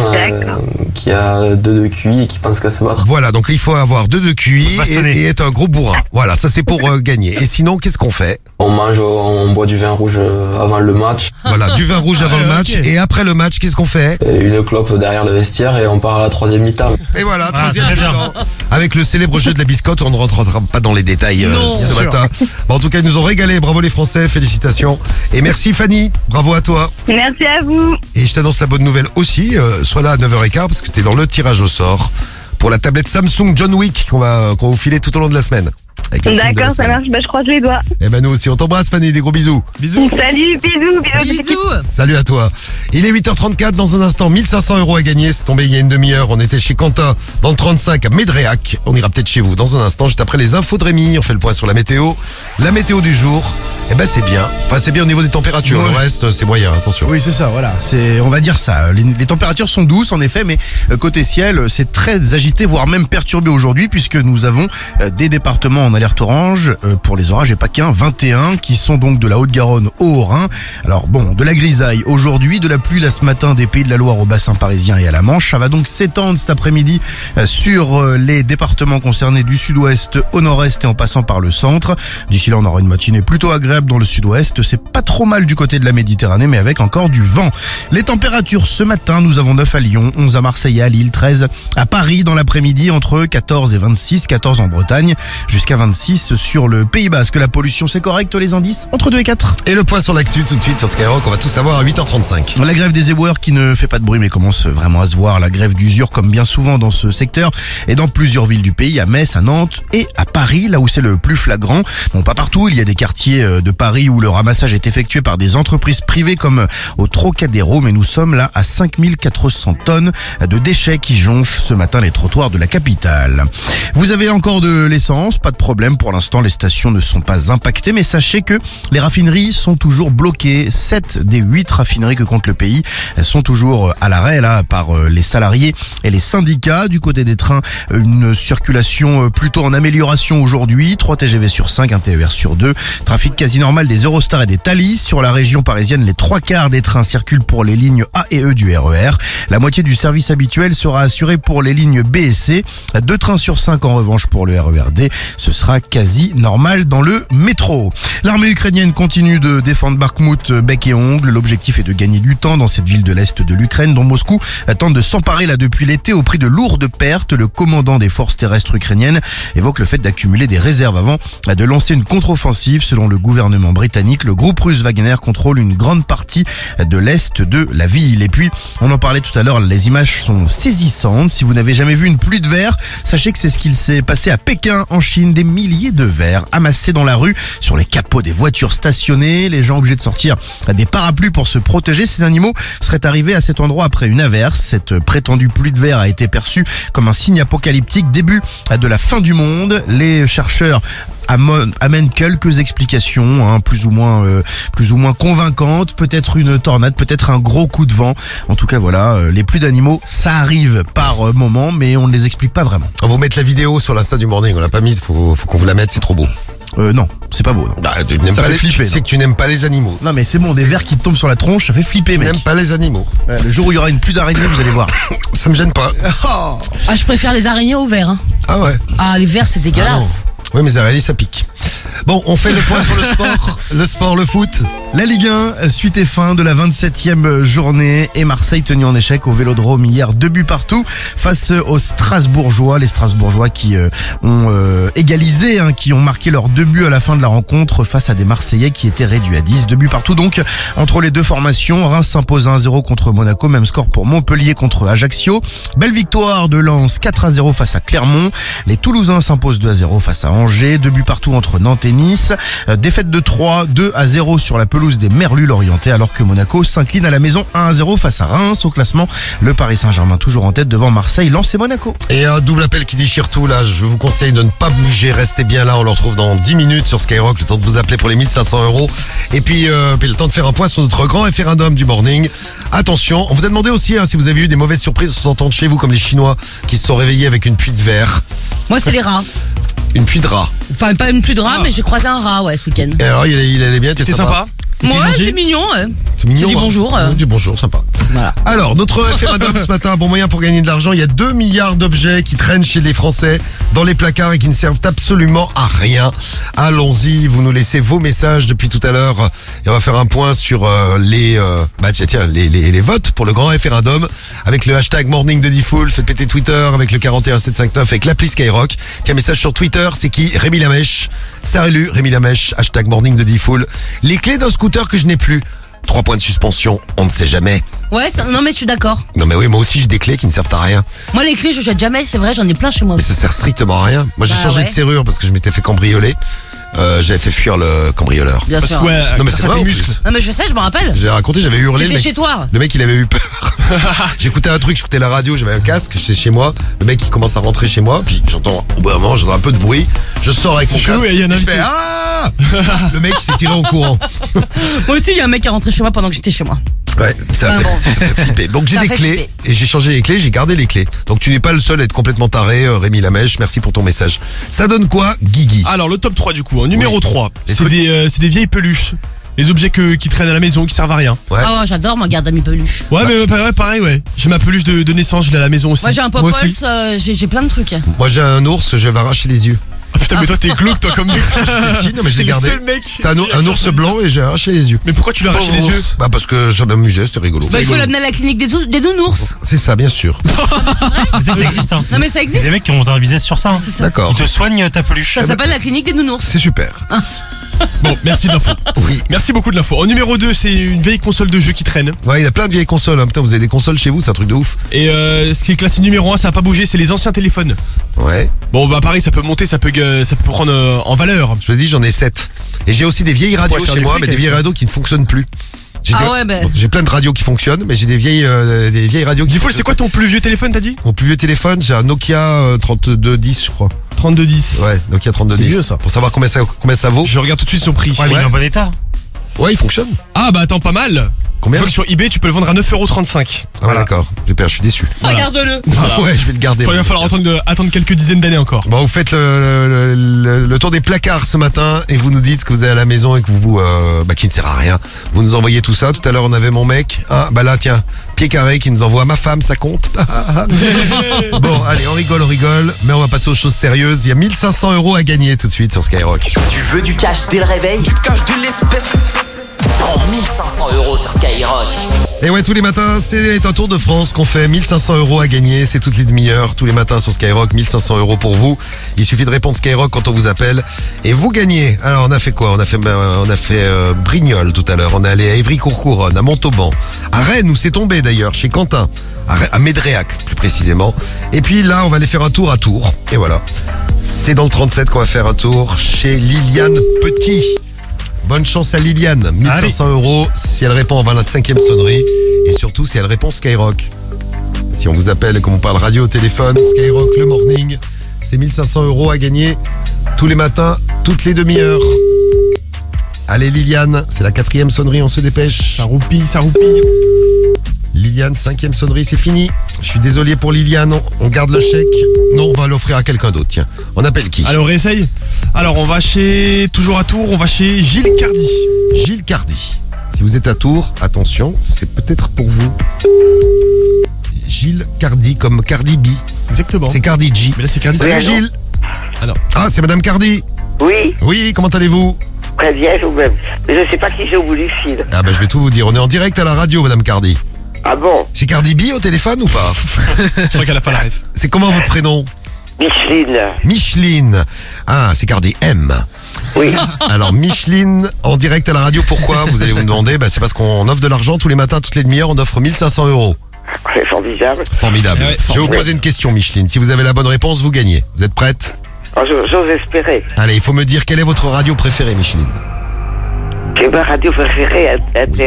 [SPEAKER 19] qui a 2 de QI et qui pense qu'à se battre.
[SPEAKER 3] Voilà, donc il faut avoir 2 de QI et être un gros bourrin. Voilà, ça c'est pour gagner. Et sinon, qu'est-ce qu'on fait?
[SPEAKER 19] On boit du vin rouge avant le match.
[SPEAKER 3] Voilà, du vin rouge avant le match. Et après le match, qu'est-ce qu'on fait?
[SPEAKER 19] Une clope derrière le vestiaire et on part à la 3e mi-temps.
[SPEAKER 3] Et voilà, 3e mi-temps. Avec le célèbre jeu de la biscotte, on ne rentrera pas dans les détails ce matin. Bon, en tout cas, ils nous ont régalé. Bravo les Français, félicitations. Et merci Fanny, bravo à toi.
[SPEAKER 18] Merci à vous.
[SPEAKER 3] Et je t'annonce la bonne nouvelle aussi. Sois là à 9h15 parce que tu es dans le tirage au sort pour la tablette Samsung John Wick qu'on va vous filer tout au long de la semaine.
[SPEAKER 18] D'accord, ça marche, je croise les doigts.
[SPEAKER 3] Et ben nous aussi, on t'embrasse Fanny, des gros bisous.
[SPEAKER 18] Bisous. Salut, bisous.
[SPEAKER 3] Salut à toi. Il est 8h34, dans un instant, 1500 € à gagner. C'est tombé il y a une demi-heure. On était chez Quentin, dans le 35, à Médréac. On ira peut-être chez vous dans un instant, juste après les infos de Rémi. On fait le point sur la météo. La météo du jour, eh ben c'est bien. Enfin, c'est bien au niveau des températures. Le reste, c'est moyen, attention.
[SPEAKER 7] Oui, c'est ça, voilà. On va dire ça. Les températures sont douces, en effet, mais côté ciel, c'est très agité, voire même perturbé aujourd'hui, puisque nous avons des départements en alerte orange pour les orages et pas qu'un, 21 qui sont donc de la Haute-Garonne au Haut-Rhin. Alors bon, de la grisaille aujourd'hui, de la pluie là ce matin des Pays de la Loire au bassin parisien et à la Manche. Ça va donc s'étendre cet après-midi sur les départements concernés du sud-ouest au nord-est et en passant par le centre. D'ici là, on aura une matinée plutôt agréable dans le sud-ouest. C'est pas trop mal du côté de la Méditerranée, mais avec encore du vent. Les températures ce matin, nous avons 9 à Lyon, 11 à Marseille et à Lille, 13 à Paris dans l'après-midi, entre 14 et 26, 14 en Bretagne, jusqu'à 26 sur le Pays Basque. La pollution, c'est correct, les indices entre 2 et 4.
[SPEAKER 3] Et le point sur l'actu tout de suite sur Skyrock, on va tout savoir à 8h35.
[SPEAKER 7] La grève des éboueurs qui ne fait pas de bruit mais commence vraiment à se voir. La grève d'usure comme bien souvent dans ce secteur et dans plusieurs villes du pays, à Metz, à Nantes et à Paris, là où c'est le plus flagrant. Bon, pas partout, il y a des quartiers de Paris où le ramassage est effectué par des entreprises privées comme au Trocadéro, mais nous sommes là à 5400 tonnes de déchets qui jonchent ce matin les trottoirs de la capitale. Vous avez encore de l'essence, pas de problème, pour l'instant les stations ne sont pas impactées, mais sachez que les raffineries sont toujours bloquées. 7 des 8 raffineries que compte le pays sont toujours à l'arrêt là par les salariés et les syndicats. Du côté des trains, une circulation plutôt en amélioration aujourd'hui, 3 TGV sur 5, un TER sur 2, trafic quasi normal des Eurostar et des Thalys. Sur la région parisienne, les 3/4 des trains circulent pour les lignes A et E du RER. La moitié du service habituel sera assurée pour les lignes B et C. 2 trains sur 5 en revanche pour le RER D. Ce sera quasi normal dans le métro. L'armée ukrainienne continue de défendre Bakhmout bec et ongle. L'objectif est de gagner du temps dans cette ville de l'Est de l'Ukraine dont Moscou tente de s'emparer là depuis l'été au prix de lourdes pertes. Le commandant des forces terrestres ukrainiennes évoque le fait d'accumuler des réserves avant de lancer une contre-offensive. Selon le gouvernement britannique, le groupe russe Wagner contrôle une grande partie de l'Est de la ville. Et puis, on en parlait tout à l'heure, les images sont saisissantes. Si vous n'avez jamais vu une pluie de verre, sachez que c'est ce qu'il s'est passé à Pékin, en Chine. Des milliers de verres amassés dans la rue, sur les capots des voitures stationnées. Les gens obligés de sortir des parapluies pour se protéger. Ces animaux seraient arrivés à cet endroit après une averse. Cette prétendue pluie de verre a été perçue comme un signe apocalyptique, début de la fin du monde. Les chercheurs amènent quelques explications, plus ou moins convaincantes. Peut-être une tornade, peut-être un gros coup de vent. En tout cas, voilà, les pluies d'animaux, ça arrive par moment, mais on ne les explique pas vraiment.
[SPEAKER 3] On va vous mettre la vidéo sur l'Insta du Morning. On l'a pas mise, faut qu'on vous la mette, c'est trop beau.
[SPEAKER 7] Non, c'est pas beau. Non.
[SPEAKER 3] Bah, tu n'aimes pas flipper. C'est que tu n'aimes pas les animaux.
[SPEAKER 7] Non, mais c'est bon, des vers qui te tombent sur la tronche, ça fait flipper, mec.
[SPEAKER 3] Tu n'aimes pas les animaux.
[SPEAKER 7] Ouais, le jour où il y aura une pluie d'araignées, vous allez voir.
[SPEAKER 3] Ça me gêne pas.
[SPEAKER 5] Ah, je préfère les araignées aux vers. Hein.
[SPEAKER 3] Ah ouais.
[SPEAKER 5] Ah, les vers, c'est dégueulasse.
[SPEAKER 3] Oui, mais les araignées, ça pique. Bon, on fait le point sur le sport. Le sport, le foot.
[SPEAKER 7] La Ligue 1, suite et fin de la 27e journée. Et Marseille tenu en échec au Vélodrome hier, 2 buts partout face aux Strasbourgeois. Les Strasbourgeois qui ont égalisé, qui ont marqué leurs 2 buts à la fin de la rencontre face à des Marseillais qui étaient réduits à 10. 2 buts partout donc entre les deux formations. Reims s'impose 1-0 contre Monaco. Même score pour Montpellier contre Ajaccio. Belle victoire de Lens, 4-0 face à Clermont. Les Toulousains s'imposent 2-0 face à Angers. 2 buts partout entre Nantes et Nice. Défaite de 3, 2-0 sur la pelouse des Merlus Lorientais, alors que Monaco s'incline à la maison 1-0 face à Reims. Au classement, le Paris Saint-Germain toujours en tête devant Marseille, Lens et Monaco.
[SPEAKER 3] Et un double appel qui déchire tout là, je vous conseille de ne pas bouger, restez bien là, on le retrouve dans 10 minutes sur Skyrock, le temps de vous appeler pour les 1500 €. Et puis le temps de faire un point sur notre grand référendum du morning. Attention, on vous a demandé aussi si vous avez eu des mauvaises surprises en sortant de chez vous, comme les Chinois qui se sont réveillés avec une pluie de verre.
[SPEAKER 5] Moi, c'est les rats.
[SPEAKER 3] Une pluie de rats.
[SPEAKER 5] Enfin, pas une pluie de rats, mais j'ai croisé un rat, ce week-end.
[SPEAKER 3] Et alors, il allait bien, t'es sympa.
[SPEAKER 5] Ouais, c'est mignon.
[SPEAKER 3] C'est mignon.
[SPEAKER 5] C'est du bonjour.
[SPEAKER 3] Du bonjour, sympa.
[SPEAKER 5] Voilà.
[SPEAKER 3] Alors, notre référendum ce matin, un bon moyen pour gagner de l'argent. Il y a 2 milliards d'objets qui traînent chez les Français dans les placards et qui ne servent absolument à rien. Allons-y, vous nous laissez vos messages depuis tout à l'heure. Et on va faire un point sur les votes pour le grand référendum avec le hashtag Morning de Diffoul. Faites péter Twitter avec le 41759 avec l'appli Skyrock. Tiens, message sur Twitter, c'est qui? Rémi Lamèche. Salut Rémi Lamèche, hashtag Morning de Diffoul. Les clés d'un scooter que je n'ai plus. 3 points de suspension, on ne sait jamais.
[SPEAKER 5] Ouais, non mais je suis d'accord.
[SPEAKER 3] Non mais oui, moi aussi j'ai des clés qui ne servent à rien.
[SPEAKER 5] Moi les clés je jette jamais, c'est vrai, j'en ai plein chez moi.
[SPEAKER 3] Mais ça sert strictement à rien. Moi j'ai changé de serrure parce que je m'étais fait cambrioler. J'avais fait fuir le cambrioleur.
[SPEAKER 5] Bien sûr.
[SPEAKER 3] Non mais c'est vrai.
[SPEAKER 5] Non mais je sais, je me rappelle.
[SPEAKER 3] J'ai raconté, j'avais hurlé.
[SPEAKER 5] T'étais chez toi.
[SPEAKER 3] Le mec il avait eu peur. J'écoutais un truc, j'écoutais la radio, j'avais un casque, j'étais chez moi. Le mec il commence à rentrer chez moi, puis j'entends au bout d'un moment, j'entends un peu de bruit. Je sors avec mon casque. Je fais ah. Le mec s'est tiré au courant.
[SPEAKER 5] Moi aussi il y a un mec qui est rentré chez moi pendant que j'étais chez moi.
[SPEAKER 3] Ouais, ça fait flipper. Donc j'ai des clés et j'ai changé les clés, j'ai gardé les clés. Donc tu n'es pas le seul à être complètement taré, Rémi Lamèche. Merci pour ton message. Ça donne quoi, Guigui?
[SPEAKER 4] Alors le top 3 du coup, numéro 3, c'est des vieilles peluches. Les objets qui traînent à la maison, qui servent à rien.
[SPEAKER 5] Ouais. Ah ouais, j'adore moi garder mes peluches.
[SPEAKER 4] Ouais, mais pareil, ouais. J'ai ma peluche de naissance, je l'ai à la maison aussi.
[SPEAKER 5] Moi j'ai un Popols, j'ai plein de trucs.
[SPEAKER 3] Moi j'ai un ours, je vais arracher les yeux.
[SPEAKER 4] Ah putain, mais toi t'es glauque, toi, comme mec.
[SPEAKER 3] J'étais petit, non mais je l'ai gardé. C'était un ours blanc et j'ai arraché les yeux.
[SPEAKER 4] Mais pourquoi tu l'as arraché les yeux?
[SPEAKER 3] Bah parce que ça m'amusait, c'était rigolo.
[SPEAKER 5] Bah il faut l'amener à la clinique des nounours.
[SPEAKER 3] C'est ça, bien sûr.
[SPEAKER 6] Ça existe, hein.
[SPEAKER 5] Non mais ça existe.
[SPEAKER 6] Il y a des mecs qui ont un business sur ça. Hein.
[SPEAKER 5] C'est ça.
[SPEAKER 3] D'accord.
[SPEAKER 6] Ils te soignent ta peluche.
[SPEAKER 5] Ça s'appelle la clinique des nounours.
[SPEAKER 3] C'est super.
[SPEAKER 4] Bon, merci de l'info. Oui. Merci beaucoup de l'info. En numéro 2, c'est une vieille console de jeu qui traîne.
[SPEAKER 3] Ouais, il y a plein de vieilles consoles. Putain, vous avez des consoles chez vous, c'est un truc de ouf.
[SPEAKER 4] Et ce qui est classé numéro 1, ça a pas bougé, c'est les anciens téléphones.
[SPEAKER 3] Ouais.
[SPEAKER 4] Bon, bah pareil, ça peut monter, ça peut prendre en valeur.
[SPEAKER 3] Je vous dis, j'en ai 7. Et j'ai aussi des vieilles radios chez moi, mais des vieilles radios qui ne fonctionnent plus. J'ai plein de radios qui fonctionnent, mais j'ai des vieilles radios qui
[SPEAKER 4] Diffoul, c'est quoi ton plus vieux téléphone, t'as dit?
[SPEAKER 3] Mon plus vieux téléphone, j'ai un Nokia 3210, je crois.
[SPEAKER 4] 3210.
[SPEAKER 3] Ouais, Nokia 3210.
[SPEAKER 4] C'est vieux ça.
[SPEAKER 3] Pour savoir combien ça vaut.
[SPEAKER 4] Je regarde tout de suite son prix.
[SPEAKER 6] Ouais, mais il est en bon état.
[SPEAKER 3] Ouais, il fonctionne.
[SPEAKER 4] Ah bah attends, pas mal.
[SPEAKER 3] Combien?
[SPEAKER 4] Je vois que sur eBay, tu peux le vendre à 9,35€.
[SPEAKER 3] Ah ouais, d'accord. Super, je suis déçu.
[SPEAKER 5] Regarde-le.
[SPEAKER 4] Voilà.
[SPEAKER 3] Ouais, je vais le garder.
[SPEAKER 4] Il va falloir attendre quelques dizaines d'années encore.
[SPEAKER 3] Bon, vous faites le tour des placards ce matin et vous nous dites ce que vous avez à la maison et que vous qui ne sert à rien. Vous nous envoyez tout ça. Tout à l'heure, on avait mon mec. Ah, bah là, tiens, Pied Carré qui nous envoie ma femme, ça compte. Bon, allez, on rigole, mais on va passer aux choses sérieuses. Il y a 1500 € à gagner tout de suite sur Skyrock.
[SPEAKER 2] Tu veux du cash dès le réveil? Du cash de l'espèce. Prends 1500 € sur Skyrock.
[SPEAKER 3] Et ouais, tous les matins, c'est un tour de France qu'on fait. 1500 € à gagner, c'est toutes les demi-heures, tous les matins sur Skyrock. 1500 € pour vous. Il suffit de répondre Skyrock quand on vous appelle et vous gagnez. Alors, on a fait quoi? On a fait Brignoles tout à l'heure. On est allé à Évry-Courcouronne, à Montauban, à Rennes où c'est tombé d'ailleurs, chez Quentin, à Médréac plus précisément. Et puis là, on va aller faire un tour à Tours. Et voilà. C'est dans le 37 qu'on va faire un tour chez Liliane Petit. Bonne chance à Liliane, 1500 € si elle répond avant la 5e sonnerie et surtout si elle répond Skyrock. Si on vous appelle et qu'on vous parle radio au téléphone, Skyrock le morning, c'est 1500 € à gagner tous les matins, toutes les demi-heures. Allez Liliane, c'est la 4e sonnerie, on se dépêche.
[SPEAKER 4] Ça roupille.
[SPEAKER 3] Liliane, 5e sonnerie, c'est fini. Je suis désolé pour Liliane, on garde le chèque. Non, on va l'offrir à quelqu'un d'autre, tiens. On appelle qui?
[SPEAKER 4] Alors, on réessaye. Alors, on va toujours à Tours, on va chez Gilles Cardi.
[SPEAKER 3] Gilles Cardi. Si vous êtes à Tours, attention, c'est peut-être pour vous. Gilles Cardi, comme Cardi B.
[SPEAKER 4] Exactement.
[SPEAKER 3] C'est Cardi G.
[SPEAKER 4] Mais là, c'est Cardi.
[SPEAKER 3] Salut Gilles.
[SPEAKER 4] Alors.
[SPEAKER 3] Ah, c'est Madame Cardi.
[SPEAKER 20] Oui.
[SPEAKER 3] Oui, comment allez-vous?
[SPEAKER 20] Très bien, vous-même. Mais je ne sais pas qui j'ai au bout du fil.
[SPEAKER 3] Ah bah je vais tout vous dire. On est en direct à la radio, Madame Cardi.
[SPEAKER 20] Ah bon?
[SPEAKER 3] C'est Cardi B au téléphone ou pas?
[SPEAKER 4] Je crois qu'elle a pas la ref.
[SPEAKER 3] C'est comment votre prénom?
[SPEAKER 20] Micheline.
[SPEAKER 3] Micheline. Ah, c'est Cardi M.
[SPEAKER 20] Oui.
[SPEAKER 3] Alors Micheline, en direct à la radio, pourquoi? Vous allez vous demander. Bah c'est parce qu'on offre de l'argent tous les matins, toutes les demi-heures, on offre 1500 €.
[SPEAKER 20] C'est formidable.
[SPEAKER 3] Formidable. Je vais vous poser une question, Micheline. Si vous avez la bonne réponse, vous gagnez. Vous êtes prête?
[SPEAKER 20] J'ose espérer.
[SPEAKER 3] Allez, il faut me dire quelle est votre radio préférée, Micheline.
[SPEAKER 20] Que ma radio préférée,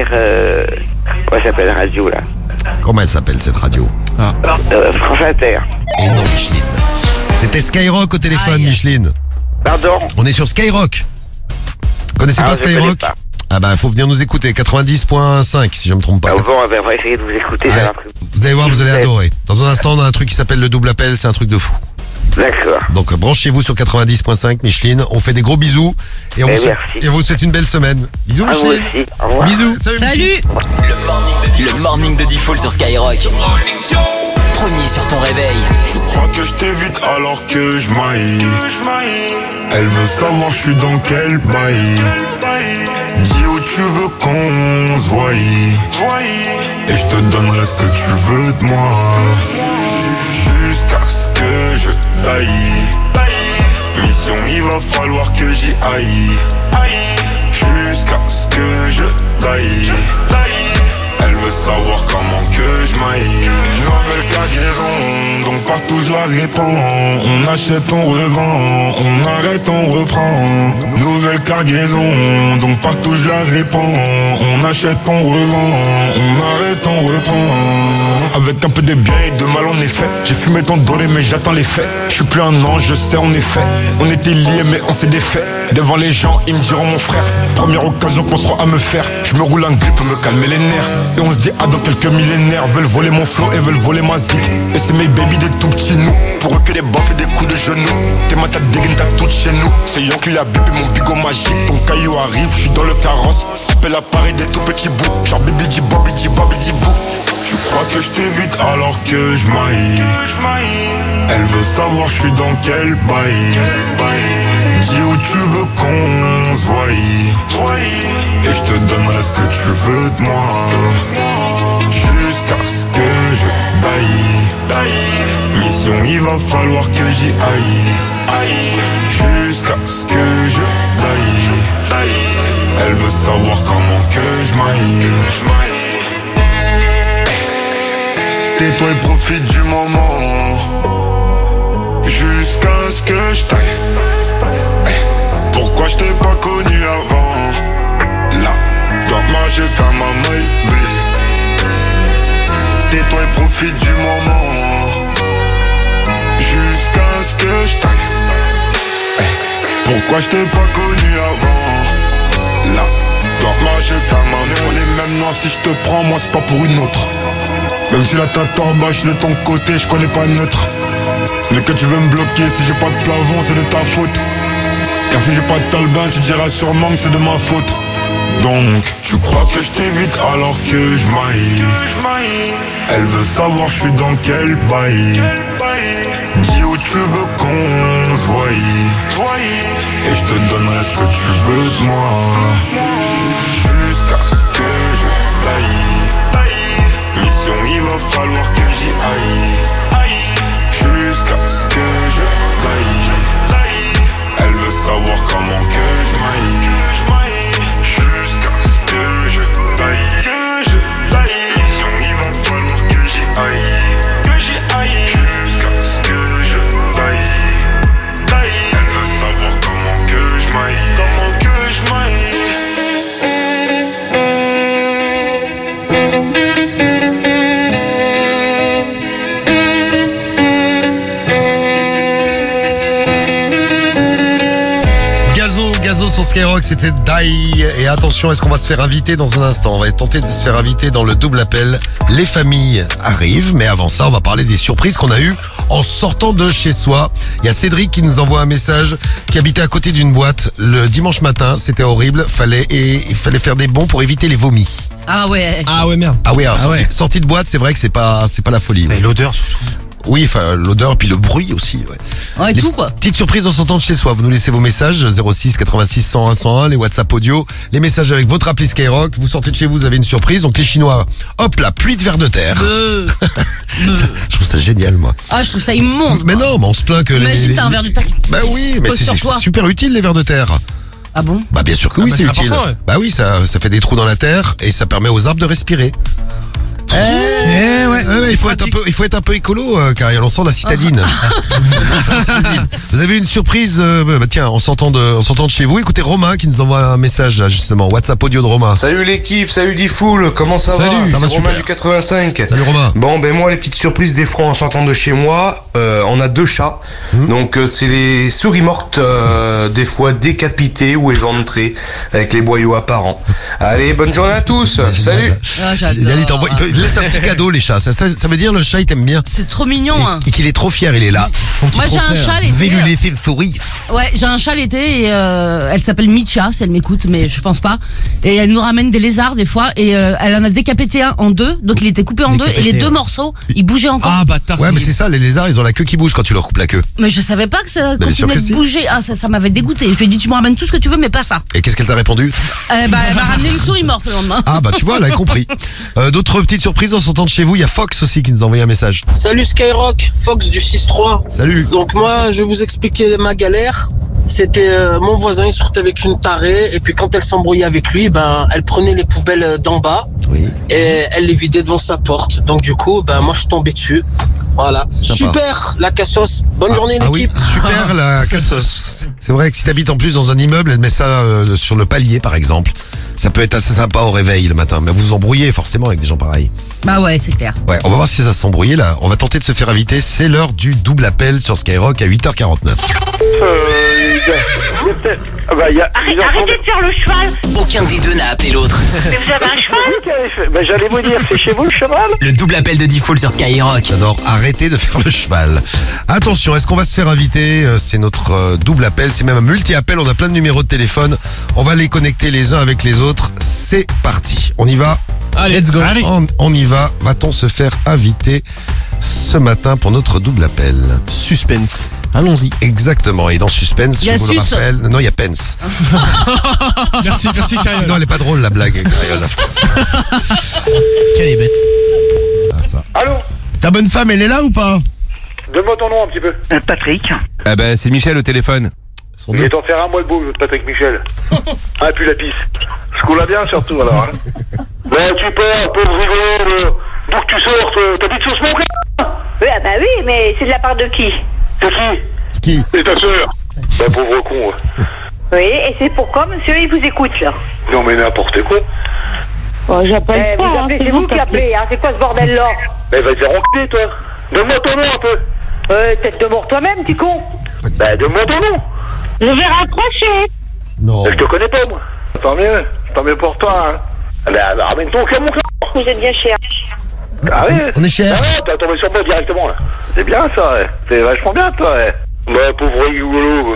[SPEAKER 20] comment s'appelle la radio là?
[SPEAKER 3] Comment elle s'appelle cette radio?
[SPEAKER 20] France Inter.
[SPEAKER 3] Et non, Micheline. C'était Skyrock au téléphone, Micheline.
[SPEAKER 20] Pardon?
[SPEAKER 3] On est sur Skyrock. Connaissez pas Skyrock? Ah bah faut venir nous écouter, 90.5 si je me trompe pas.
[SPEAKER 20] Ah bon, on va essayer de vous écouter.
[SPEAKER 3] Ouais. Vous allez voir, vous allez adorer. Dans un instant, on a un truc qui s'appelle le double appel, c'est un truc de fou.
[SPEAKER 20] D'accord.
[SPEAKER 3] Donc branchez-vous sur 90.5, Micheline. On fait des gros bisous et on vous souhaite une belle semaine. Bisous, Micheline.
[SPEAKER 20] Vous aussi. Au revoir.
[SPEAKER 3] Bisous.
[SPEAKER 5] Salut.
[SPEAKER 2] Le morning de Diffoul sur Skyrock. Premier sur ton réveil.
[SPEAKER 21] Je crois que je t'évite alors que je maille. Elle veut savoir je suis dans quel bail. Dis où tu veux qu'on se voie. Et je te donnerai ce que tu veux de moi. Jusqu'à ce que je taille. Mission, il va falloir que j'y aille. Jusqu'à ce que je taille. Elle veut savoir comment que je maille. Nouvelle cargaison, donc partout je la répands. On achète, on revend, on arrête, on reprend. Nouvelle cargaison, donc partout je la répands. On achète, on revend, on arrête, on reprend. Avec un peu de bien et de mal en effet. J'ai fumé tant doré mais j'attends les faits. Je suis plus un ange, je sais en effet. On était liés mais on s'est défait. Devant les gens, ils me diront mon frère. Première occasion qu'on sera à me faire. Je me roule un grip pour me calmer les nerfs. Et on se dit ah dans quelques millénaires. Veulent voler mon flow et veulent voler ma zik. Et c'est mes baby des tout petits nous. Pour eux que des baffes et des coups de genoux. T'es ma tête dégaine t'as toute chez nous. C'est Yon qui l'a bipé mon bigot magique. Ton caillou arrive, je suis dans le carrosse. Appelle l'appareil des tout petits bouts. Genre baby di bobby di bobby di bou. Tu crois que je t'évite alors que je maille. Elle veut savoir je suis dans quel bail. Dis où tu veux qu'on se voie. Et je te donnerai ce que tu veux de moi. Jusqu'à ce que je taille. Mission, il va falloir que j'y aille. Jusqu'à ce que je taille. Elle veut savoir comment que je maille. Tais-toi et profite du moment. Jusqu'à ce que je taille. Pourquoi je t'ai pas connu avant? Là, je dois marcher, faire ma maille. Tais-toi et profite du moment. Jusqu'à ce que je taille. Pourquoi je t'ai pas connu avant? Là, je dois marcher, faire ma maille. Les mêmes moi si je te prends, moi c'est pas pour une autre. Même si la tête en bas, je suis de ton côté, je connais pas neutre. Mais que tu veux me bloquer, si j'ai pas de plafond, c'est de ta faute. Car si j'ai pas de talbin, tu diras sûrement que c'est de ma faute. Donc, tu crois que je t'évite alors que je maille. Elle veut savoir je suis dans quel bail. Dis où tu veux qu'on se voie. Et je te donnerai ce que tu veux de moi. Jusqu'à ce que je taille. Mission, il va falloir que j'y aille. Jusqu'à ce que je taille. Elle veut savoir comment que je maille. Jusqu'à ce que je taille. Mission, il va falloir que j'y aille. Jusqu'à ce que je taille. Elle veut savoir comment que je maille. Comment que je maille.
[SPEAKER 3] Gazo sur Skyrock, c'était Die. Et attention, est-ce qu'on va se faire inviter dans un instant? On va tenter de se faire inviter dans le double appel. Les familles arrivent, mais avant ça, on va parler des surprises qu'on a eues en sortant de chez soi. Il y a Cédric qui nous envoie un message, qui habitait à côté d'une boîte le dimanche matin. C'était horrible. Il fallait faire des bonds pour éviter les vomis.
[SPEAKER 5] Ah ouais.
[SPEAKER 4] Ah ouais, merde.
[SPEAKER 3] Ah ouais, alors, sortie de boîte, c'est vrai que c'est pas la folie.
[SPEAKER 6] Et l'odeur surtout.
[SPEAKER 3] Oui, enfin l'odeur puis le bruit aussi.
[SPEAKER 5] Ouais,
[SPEAKER 3] les
[SPEAKER 5] tout quoi.
[SPEAKER 3] Petite surprise en sortant de chez soi. Vous nous laissez vos messages 06 86 101 101, les WhatsApp audio, les messages avec votre appli Skyrock. Vous sortez de chez vous avez une surprise. Donc les Chinois, hop la pluie de vers de terre. Je trouve ça génial moi.
[SPEAKER 5] Ah, je trouve ça immonde.
[SPEAKER 3] Mais non, mais on se plaint que
[SPEAKER 5] imagine t'as un verre de terre qui
[SPEAKER 3] Bah oui, mais c'est super utile les vers de terre.
[SPEAKER 5] Ah bon?
[SPEAKER 3] Bah bien sûr que oui, c'est utile. Ouais. Bah oui, ça fait des trous dans la terre et ça permet aux arbres de respirer. Il faut être un peu écolo, car on sent la citadine. Vous avez une surprise, tiens, en sortant de chez vous. Écoutez Romain qui nous envoie un message là justement, WhatsApp audio de Romain.
[SPEAKER 9] Salut l'équipe, salut D-Full, comment ça va?
[SPEAKER 3] Ça va super.
[SPEAKER 9] Romain du 85.
[SPEAKER 3] Salut Romain.
[SPEAKER 9] Bon ben moi les petites surprises des francs en sortant de chez moi, on a 2 chats. Donc c'est les souris mortes, des fois décapitées ou éventrées avec les boyaux apparents. Allez, bonne journée à tous. Salut.
[SPEAKER 5] Ah, j'adore.
[SPEAKER 3] Il te laisse un petit cadeau les chats. Ça veut dire le chat il t'aime bien.
[SPEAKER 5] C'est trop mignon.
[SPEAKER 3] Et qu'il est trop fier, il est là.
[SPEAKER 5] Moi j'ai un chat l'été.
[SPEAKER 3] Je vais lui laisser une souris.
[SPEAKER 5] Ouais, j'ai un chat l'été et elle s'appelle Micha, si elle m'écoute, mais je pense pas. Et elle nous ramène des lézards des fois et elle en a décapité un en 2, donc il était coupé en 2 et les 2 morceaux, ils bougeaient encore.
[SPEAKER 4] Ah bâtard.
[SPEAKER 3] Ouais, mais c'est ça, les lézards, ils ont la queue qui bouge quand tu leur coupes la queue.
[SPEAKER 5] Mais je savais pas que ça continuait de bouger. Ah ça m'avait dégoûté. Je lui ai dit tu me ramènes tout ce que tu veux mais pas ça.
[SPEAKER 3] Et qu'est-ce qu'elle t'a répondu?
[SPEAKER 5] Elle m'a ramené une souris morte le lendemain.
[SPEAKER 3] Ah bah tu vois, elle a compris. D'autres petites surprises en sortant de chez vous, il y a Fox aussi qui nous a envoyé un message.
[SPEAKER 22] Salut Skyrock, Fox du 6-3.
[SPEAKER 3] Salut.
[SPEAKER 22] Donc moi, je vais vous expliquer ma galère. C'était mon voisin, il sortait avec une tarée et puis quand elle s'embrouillait avec lui, elle prenait les poubelles d'en bas et elle les vidait devant sa porte. Donc du coup, moi je suis tombé dessus. Voilà. Sympa. Super la cassos. Bonne journée l'équipe.
[SPEAKER 3] Oui, super la cassos. C'est vrai que si t'habites en plus dans un immeuble, elle met ça sur le palier par exemple. Ça peut être assez sympa au réveil le matin, mais vous vous embrouillez forcément avec des gens pareils.
[SPEAKER 5] Bah ouais, c'est clair.
[SPEAKER 3] Ouais, on va voir si ça s'embrouille là. On va tenter de se faire inviter. C'est l'heure du double appel sur Skyrock à 8h49.
[SPEAKER 11] Arrêtez de faire le cheval.
[SPEAKER 2] Aucun des deux n'a appelé l'autre.
[SPEAKER 11] Mais vous avez un cheval?
[SPEAKER 20] J'allais vous dire, c'est chez vous le cheval?
[SPEAKER 2] Le double appel de D-Full sur Skyrock.
[SPEAKER 3] J'adore, arrêtez de faire le cheval. Attention, est-ce qu'on va se faire inviter? C'est notre double appel, c'est même un multi-appel, on a plein de numéros de téléphone. On va les connecter les uns avec les autres. C'est parti, on y va?
[SPEAKER 4] Allez, let's go. Allez.
[SPEAKER 3] On y va. Va-t-on se faire inviter ce matin pour notre double appel?
[SPEAKER 4] Suspense. Allons-y.
[SPEAKER 3] Exactement. Et dans Suspense,
[SPEAKER 5] je
[SPEAKER 3] vous le rappelle. Non, il y a Pence.
[SPEAKER 4] Merci Cariole.
[SPEAKER 3] Non, elle est pas drôle la blague, Cariole.
[SPEAKER 4] Quelle est bête.
[SPEAKER 3] Ah, ça.
[SPEAKER 8] Allô?
[SPEAKER 7] Ta bonne femme, elle est là ou pas?
[SPEAKER 8] Donne-moi ton nom un petit peu.
[SPEAKER 20] Patrick.
[SPEAKER 23] Ah bah c'est Michel au téléphone.
[SPEAKER 8] Il est en faire un mois de beau, Patrick Michel. Ah, puis la pisse. Je coule bien surtout alors. Ben tu pars, pauvre rigolo, d'où que tu sortes, t'habites sur ce mot là?
[SPEAKER 11] Oui, ah bah oui, mais c'est de la part de qui?
[SPEAKER 8] C'est qui? Et ta sœur? Ben pauvre con, ouais.
[SPEAKER 11] Oui, et c'est pourquoi, monsieur, il vous écoute, là?
[SPEAKER 8] Non mais n'importe quoi.
[SPEAKER 11] Oh, j'appelle pas, vous appelez, c'est vous qui appelez, hein, c'est quoi ce bordel-là?
[SPEAKER 8] Ben vas-y ronquer, toi. Donne-moi ton nom un peu.
[SPEAKER 11] Tête de mort toi-même, tu con.
[SPEAKER 8] Ben donne-moi ton nom.
[SPEAKER 11] Je vais raccrocher.
[SPEAKER 3] Non.
[SPEAKER 8] Je te connais pas, moi. Tant mieux pour toi, hein. Ramène ton cœur, mon cœur.
[SPEAKER 18] Vous êtes bien cher.
[SPEAKER 8] Ah oui.
[SPEAKER 3] On est cher.
[SPEAKER 8] Ah ouais, t'as tombé sur moi directement, là. C'est bien, ça, ouais. C'est vachement bien, toi, ouais. Bah, pauvre rigolo.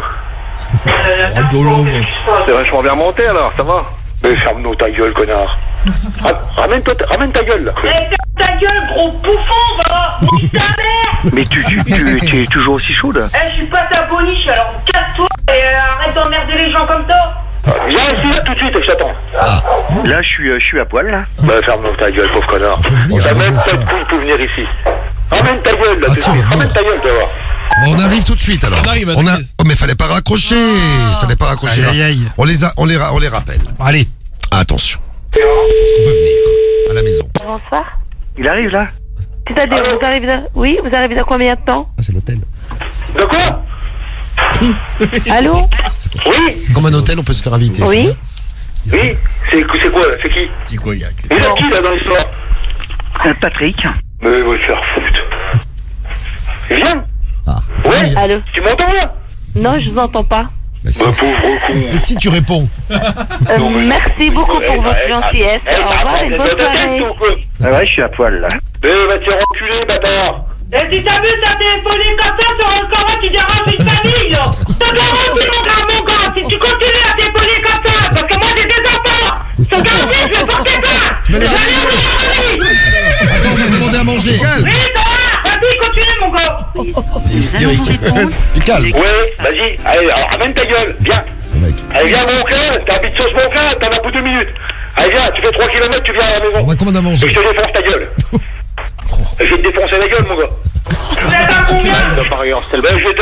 [SPEAKER 8] C'est vachement bien monté, alors, ça va. Mais ferme-nous ta gueule, connard. Ramène ta gueule, là.
[SPEAKER 11] Ferme ta gueule, gros bouffon, va. Nique ta mère.
[SPEAKER 8] Mais tu es toujours aussi chaude.
[SPEAKER 11] Je suis pas ta boniche, alors casse-toi et arrête d'emmerder les gens comme ça.
[SPEAKER 8] Viens ici, là, tout de suite, je t'attends. Là, je suis à poil, là. Bah, ferme-nous ta gueule, pauvre connard. T'as même pas de couilles pour venir ici. Ramène ta gueule, là, tout de suite. Ramène ta gueule, tu vas voir.
[SPEAKER 3] Bon, on arrive tout de suite alors. Oh, mais fallait pas raccrocher. Fallait pas raccrocher.
[SPEAKER 6] Aïe, aïe, aïe.
[SPEAKER 3] On les rappelle.
[SPEAKER 6] Allez.
[SPEAKER 3] Attention. Est-ce qu'on peut venir à la maison?
[SPEAKER 18] Bonsoir.
[SPEAKER 8] Il arrive, là.
[SPEAKER 18] C'est-à-dire, vous arrivez dans... Oui, vous arrivez dans combien de temps?
[SPEAKER 3] Ah, c'est l'hôtel.
[SPEAKER 8] De quoi?
[SPEAKER 18] Allô?
[SPEAKER 8] Oui.
[SPEAKER 3] C'est comme un hôtel, on peut se faire inviter.
[SPEAKER 18] Oui.
[SPEAKER 8] Oui. C'est quoi, là? C'est qui?
[SPEAKER 3] C'est quoi, Yann?
[SPEAKER 8] Vous êtes qui, là, dans l'histoire?
[SPEAKER 20] Patrick.
[SPEAKER 8] Mais il va se faire foutre. Viens. Ouais.
[SPEAKER 18] Allô?
[SPEAKER 8] Tu m'entends, là?
[SPEAKER 18] Non, je vous entends pas.
[SPEAKER 3] Bah,
[SPEAKER 8] pauvre con.
[SPEAKER 3] Et si tu réponds?
[SPEAKER 18] Merci beaucoup pour votre gentillesse. Au revoir et bonne soirée.
[SPEAKER 20] Ouais, je suis à poil, là.
[SPEAKER 8] Va te faire enculer, bâtard.
[SPEAKER 11] Et si t'as vu ta téléphonie comme ça sur un score qui dérange une famille, là. T'as garanti, mon gars, si tu continues à téléphoner comme ça, parce que moi j'ai des enfants. Je te garantis, je vais porter plainte.
[SPEAKER 3] Tu vas les réveiller. Attends, on va demander à manger. Calme.
[SPEAKER 11] Oui, vas-y, continue, mon gars.
[SPEAKER 3] C'est hystérique. Du calme.
[SPEAKER 8] Ouais, vas-y. Allez, alors ramène ta gueule. Viens. Allez, viens, mon frère. T'habites sur ce mon frère. T'en as pour 2 minutes. Allez, viens. Tu fais 3 km, tu viens à la maison.
[SPEAKER 3] On va commander à manger.
[SPEAKER 8] Et je te défonce ta gueule. Je vais te défoncer la gueule, mon gars.
[SPEAKER 11] Vous êtes à combien?
[SPEAKER 8] Je vais t'en faire un bout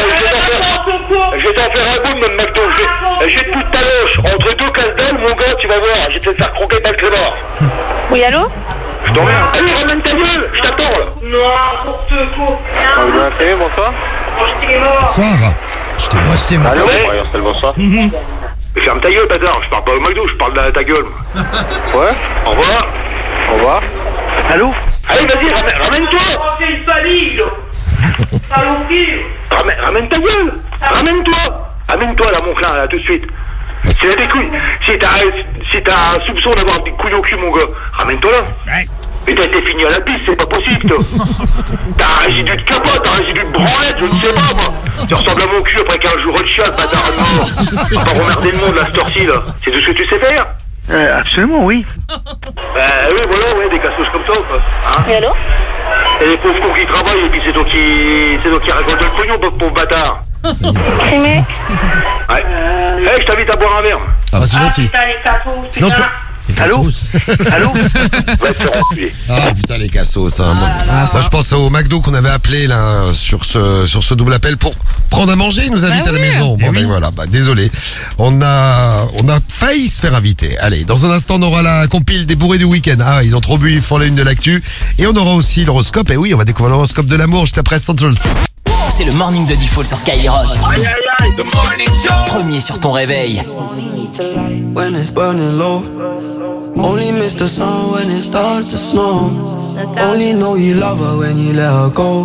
[SPEAKER 8] de notre McDo. Je vais te foutre ta loche. Entre 2 casse-dalle, mon gars, tu vas voir. Je vais te faire croquer par le clébard.
[SPEAKER 18] Oui, allô?
[SPEAKER 8] Je t'en viens. Allez, ramène ta gueule. Je t'attends, là.
[SPEAKER 11] N'importe quoi.
[SPEAKER 8] Vous avez un CV, bonsoir.
[SPEAKER 3] Bonsoir. Moi, je t'ai mort.
[SPEAKER 8] Allô? Bonsoir. Ferme ta gueule, bâtard. Je parle pas au McDo, je parle de ta gueule. Ouais. Au revoir. Au revoir. Allô? Allez, vas-y, ramène-toi.
[SPEAKER 11] C'est une famille, là. Saloperie.
[SPEAKER 8] Ramène ta gueule. Ramène-toi, là, mon frère, là, tout de suite. Si t'as des couilles, si t'as un soupçon d'avoir des couilles au cul, mon gars, ramène-toi là. Mais t'as été fini à la piste, c'est pas possible, toi. T'as un résidu de capote, un résidu de branlette, je ne sais pas, moi. Tu ressembles à mon cul après 15 jours de chial, bâtard. On va pas remerder le monde, là, cette heure-ci, là. C'est tout ce que tu sais faire?
[SPEAKER 20] Absolument, oui.
[SPEAKER 8] Oui, voilà, ouais, des cassos comme ça, quoi. Hein?
[SPEAKER 18] Oui, allô?
[SPEAKER 8] Et les pauvres cons qui travaillent, et puis c'est toi qui récolte le pognon, pauvre bâtard.
[SPEAKER 18] Crimé?
[SPEAKER 8] Ouais. Je t'invite à boire un verre.
[SPEAKER 3] Ah, bah, c'est gentil.
[SPEAKER 11] Putain, les cassos,
[SPEAKER 3] Sinon, je peux...
[SPEAKER 8] Allô? Allô? Va te faire enculer.
[SPEAKER 3] Ah putain les cassos, hein. Moi je pense au McDo qu'on avait appelé là sur ce double appel pour prendre à manger, ils nous invitent à la maison. Bon ben voilà, désolé. On a failli se faire inviter. Allez, dans un instant on aura la compile des bourrés du week-end. Ah, ils ont trop bu, ils font la une de l'actu. Et on aura aussi l'horoscope. Et oui, on va découvrir l'horoscope de l'amour juste après Central.
[SPEAKER 2] C'est le morning de Default sur Skyrock. Premier sur ton réveil.
[SPEAKER 1] When it's burning low, only miss the sun when it starts to snow. Only know you love her when you let her go.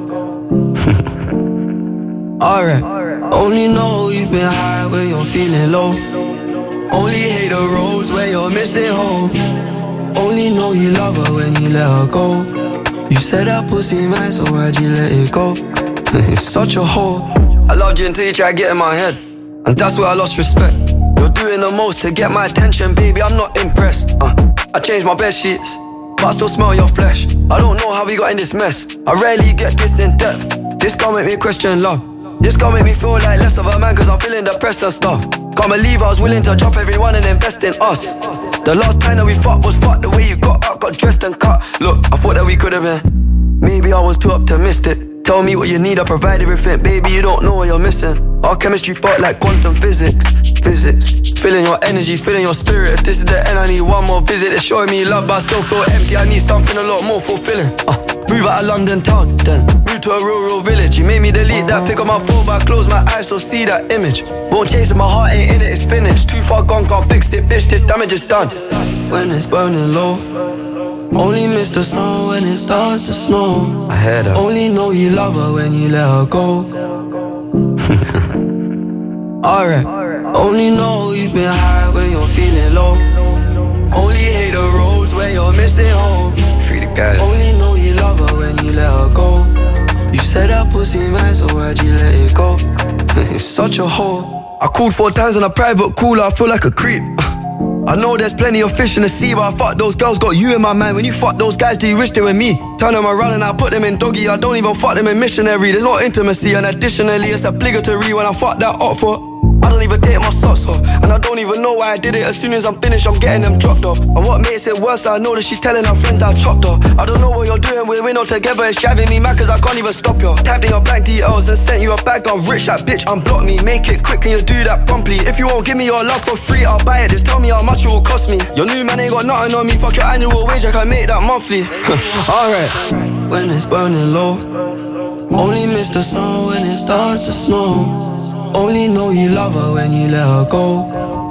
[SPEAKER 1] Alright. Only know you've been high when you're feeling low. Only hate the roads when you're missing home. Only know you love her when you let her go. You said that pussy man, so why'd you let it go? You're such a hoe. I loved you until you tried to get in my head, and that's where I lost respect. You're doing the most to get my attention, baby, I'm not impressed. I changed my bed sheets, but I still smell your flesh. I don't know how we got in this mess. I rarely get this in depth. This can't make me question love. This can't make me feel like less of a man, cause I'm feeling depressed and stuff. Can't believe I was willing to drop everyone and invest in us. The last time that we fucked was fucked. The way you got up, got dressed and cut. Look, I thought that we could've been. Maybe I was too optimistic. Tell me what you need, I provide everything. Baby, you don't know what you're missing. Our chemistry part like quantum physics. Feeling your energy, feeling your spirit. If this is the end, I need one more visit. It's showing me love, but I still feel empty. I need something a lot more fulfilling. Move out of London town, then move to a rural village. You made me delete that, pick up my phone, but I close my eyes, still see that image. Won't chase it, my heart ain't in it, it's finished. Too far gone, can't fix it, bitch, this damage is done. When it's burning low, only miss the sun when it starts to snow. I heard her. Only know you love her when you let her go. Alright. Only know you've been high when you're feeling low. Only hate the
[SPEAKER 10] missing home. Free the guys. Only know you love her when you let her go. You said that pussy man, so why'd you let it go? It's such a hole. I called 4 times on a private call, I feel like a creep. I know there's plenty of fish in the sea, but I fuck those girls, got you in my mind. When you fuck those guys, do you wish they were me? Turn them around and I put them in doggy. I don't even fuck them in missionary. There's no intimacy, and additionally it's obligatory when I fuck that up for. I don't even date my socks off, and I don't even know why I did it. As soon as I'm finished, I'm getting them dropped off. And what makes it worse, I know that she telling her friends that I chopped her. I don't know what you're doing, we're not together. It's driving me mad cause I can't even stop you. Typed in your bank details and sent you a bag of rich. That bitch unblock me, make it quick, can you do that promptly? If you won't give me your love for free, I'll buy it. Just tell me how much it will cost me. Your new man ain't got nothing on me. Fuck your annual wage, I can make that monthly. Alright, when it's burning low, only miss the sun when it starts to snow. Only know you love her when you let her go.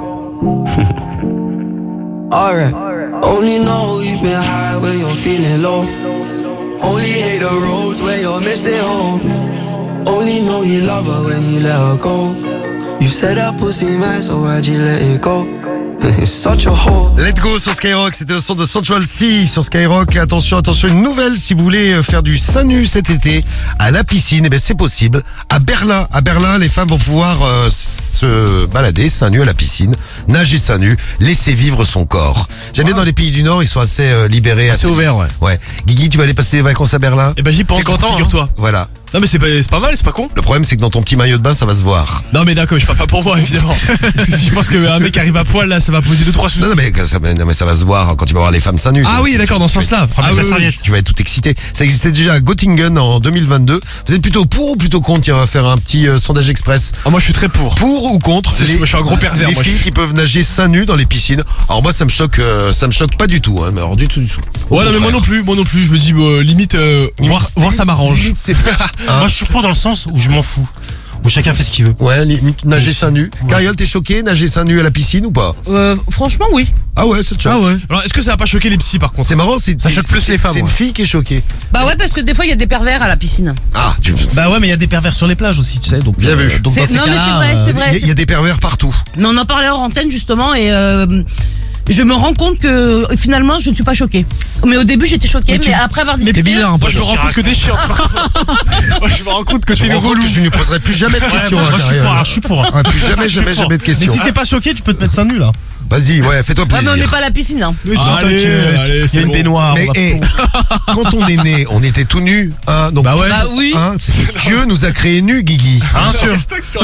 [SPEAKER 10] Alright. Only know you've been high when you're feeling low. Only hate the roads when you're missing home. Only know you love her when you let her go. You said that pussy man, so why'd you let it go? It's such a hole.
[SPEAKER 3] Let's go sur Skyrock, c'était le son de Central C sur Skyrock. Attention, une nouvelle, si vous voulez faire du seins nu cet été à la piscine, c'est possible. À Berlin, les femmes vont pouvoir se balader seins nu à la piscine, nager seins nu, laisser vivre son corps. J'aime bien dans les pays du Nord, ils sont assez libérés,
[SPEAKER 4] assez ouverts, ouais.
[SPEAKER 3] Ouais. Guigui, tu vas aller passer des vacances à Berlin?
[SPEAKER 4] J'y pense. T'es content, figure-toi.
[SPEAKER 3] Voilà.
[SPEAKER 4] Non mais c'est pas mal, c'est pas con.
[SPEAKER 3] Le problème c'est que dans ton petit maillot de bain ça va se voir.
[SPEAKER 4] Non mais d'accord, je parle pas pour moi évidemment. Parce que si je pense qu'un mec arrive à poil là, ça va poser 2-3 soucis.
[SPEAKER 3] Non mais ça va se voir quand tu vas voir les femmes seins nus.
[SPEAKER 4] Ah oui d'accord, dans ce sens-là.
[SPEAKER 3] La serviette. Tu vas être tout excité. Ça existait déjà à Göttingen en 2022. Vous êtes plutôt pour ou plutôt contre? Tiens, on va faire un petit sondage express.
[SPEAKER 4] Moi je suis très pour.
[SPEAKER 3] Pour ou contre?
[SPEAKER 4] Je suis un gros pervers.
[SPEAKER 3] Les filles qui peuvent nager seins nus dans les piscines. Alors moi ça me choque pas du tout. Mais alors du tout.
[SPEAKER 4] Ouais non mais moi non plus. Je me dis limite voir ça m'arrange.
[SPEAKER 6] Moi je suis pour dans le sens où je m'en fous. Où chacun fait ce qu'il veut.
[SPEAKER 3] Ouais, limite nager seins nus. Ouais. Cariole, t'es choqué nager seins nus à la piscine ou pas?
[SPEAKER 5] Franchement, oui.
[SPEAKER 3] Ah ouais, ça te choque.
[SPEAKER 4] Ah ouais. Alors, est-ce que ça va pas choquer les psys par contre?
[SPEAKER 3] C'est marrant,
[SPEAKER 4] ça choque plus les femmes.
[SPEAKER 3] C'est une fille qui est choquée.
[SPEAKER 5] Bah ouais, parce que des fois, il y a des pervers à la piscine.
[SPEAKER 3] Ah,
[SPEAKER 7] Bah ouais, mais il y a des pervers sur les plages aussi, tu sais. Donc,
[SPEAKER 3] bien vu.
[SPEAKER 7] Donc dans ces cas-là,
[SPEAKER 5] c'est vrai.
[SPEAKER 3] Il y a des pervers partout.
[SPEAKER 5] Mais on en parlait hors antenne justement et je me rends compte que finalement je ne suis pas choquée. Mais au début j'étais choquée, mais après avoir discuté.
[SPEAKER 4] Mais t'es bizarre, moi je me rends compte que t'es chiante. Moi je me rends compte que t'es le relou.
[SPEAKER 3] Je ne lui poserai plus jamais de questions.
[SPEAKER 6] Je suis pour.
[SPEAKER 3] Plus jamais de questions.
[SPEAKER 7] Mais si t'es pas choqué, tu peux te mettre seins nus là.
[SPEAKER 3] Vas-y, ouais, fais-toi plaisir.
[SPEAKER 5] Ouais, mais on n'est pas à la piscine là.
[SPEAKER 3] Allez, il y a une baignoire. Mais quand on est né, on était tout nus. Hein, donc
[SPEAKER 5] bah oui.
[SPEAKER 3] Hein, Dieu nous a créés nus, Guigui.
[SPEAKER 4] Bien sûr.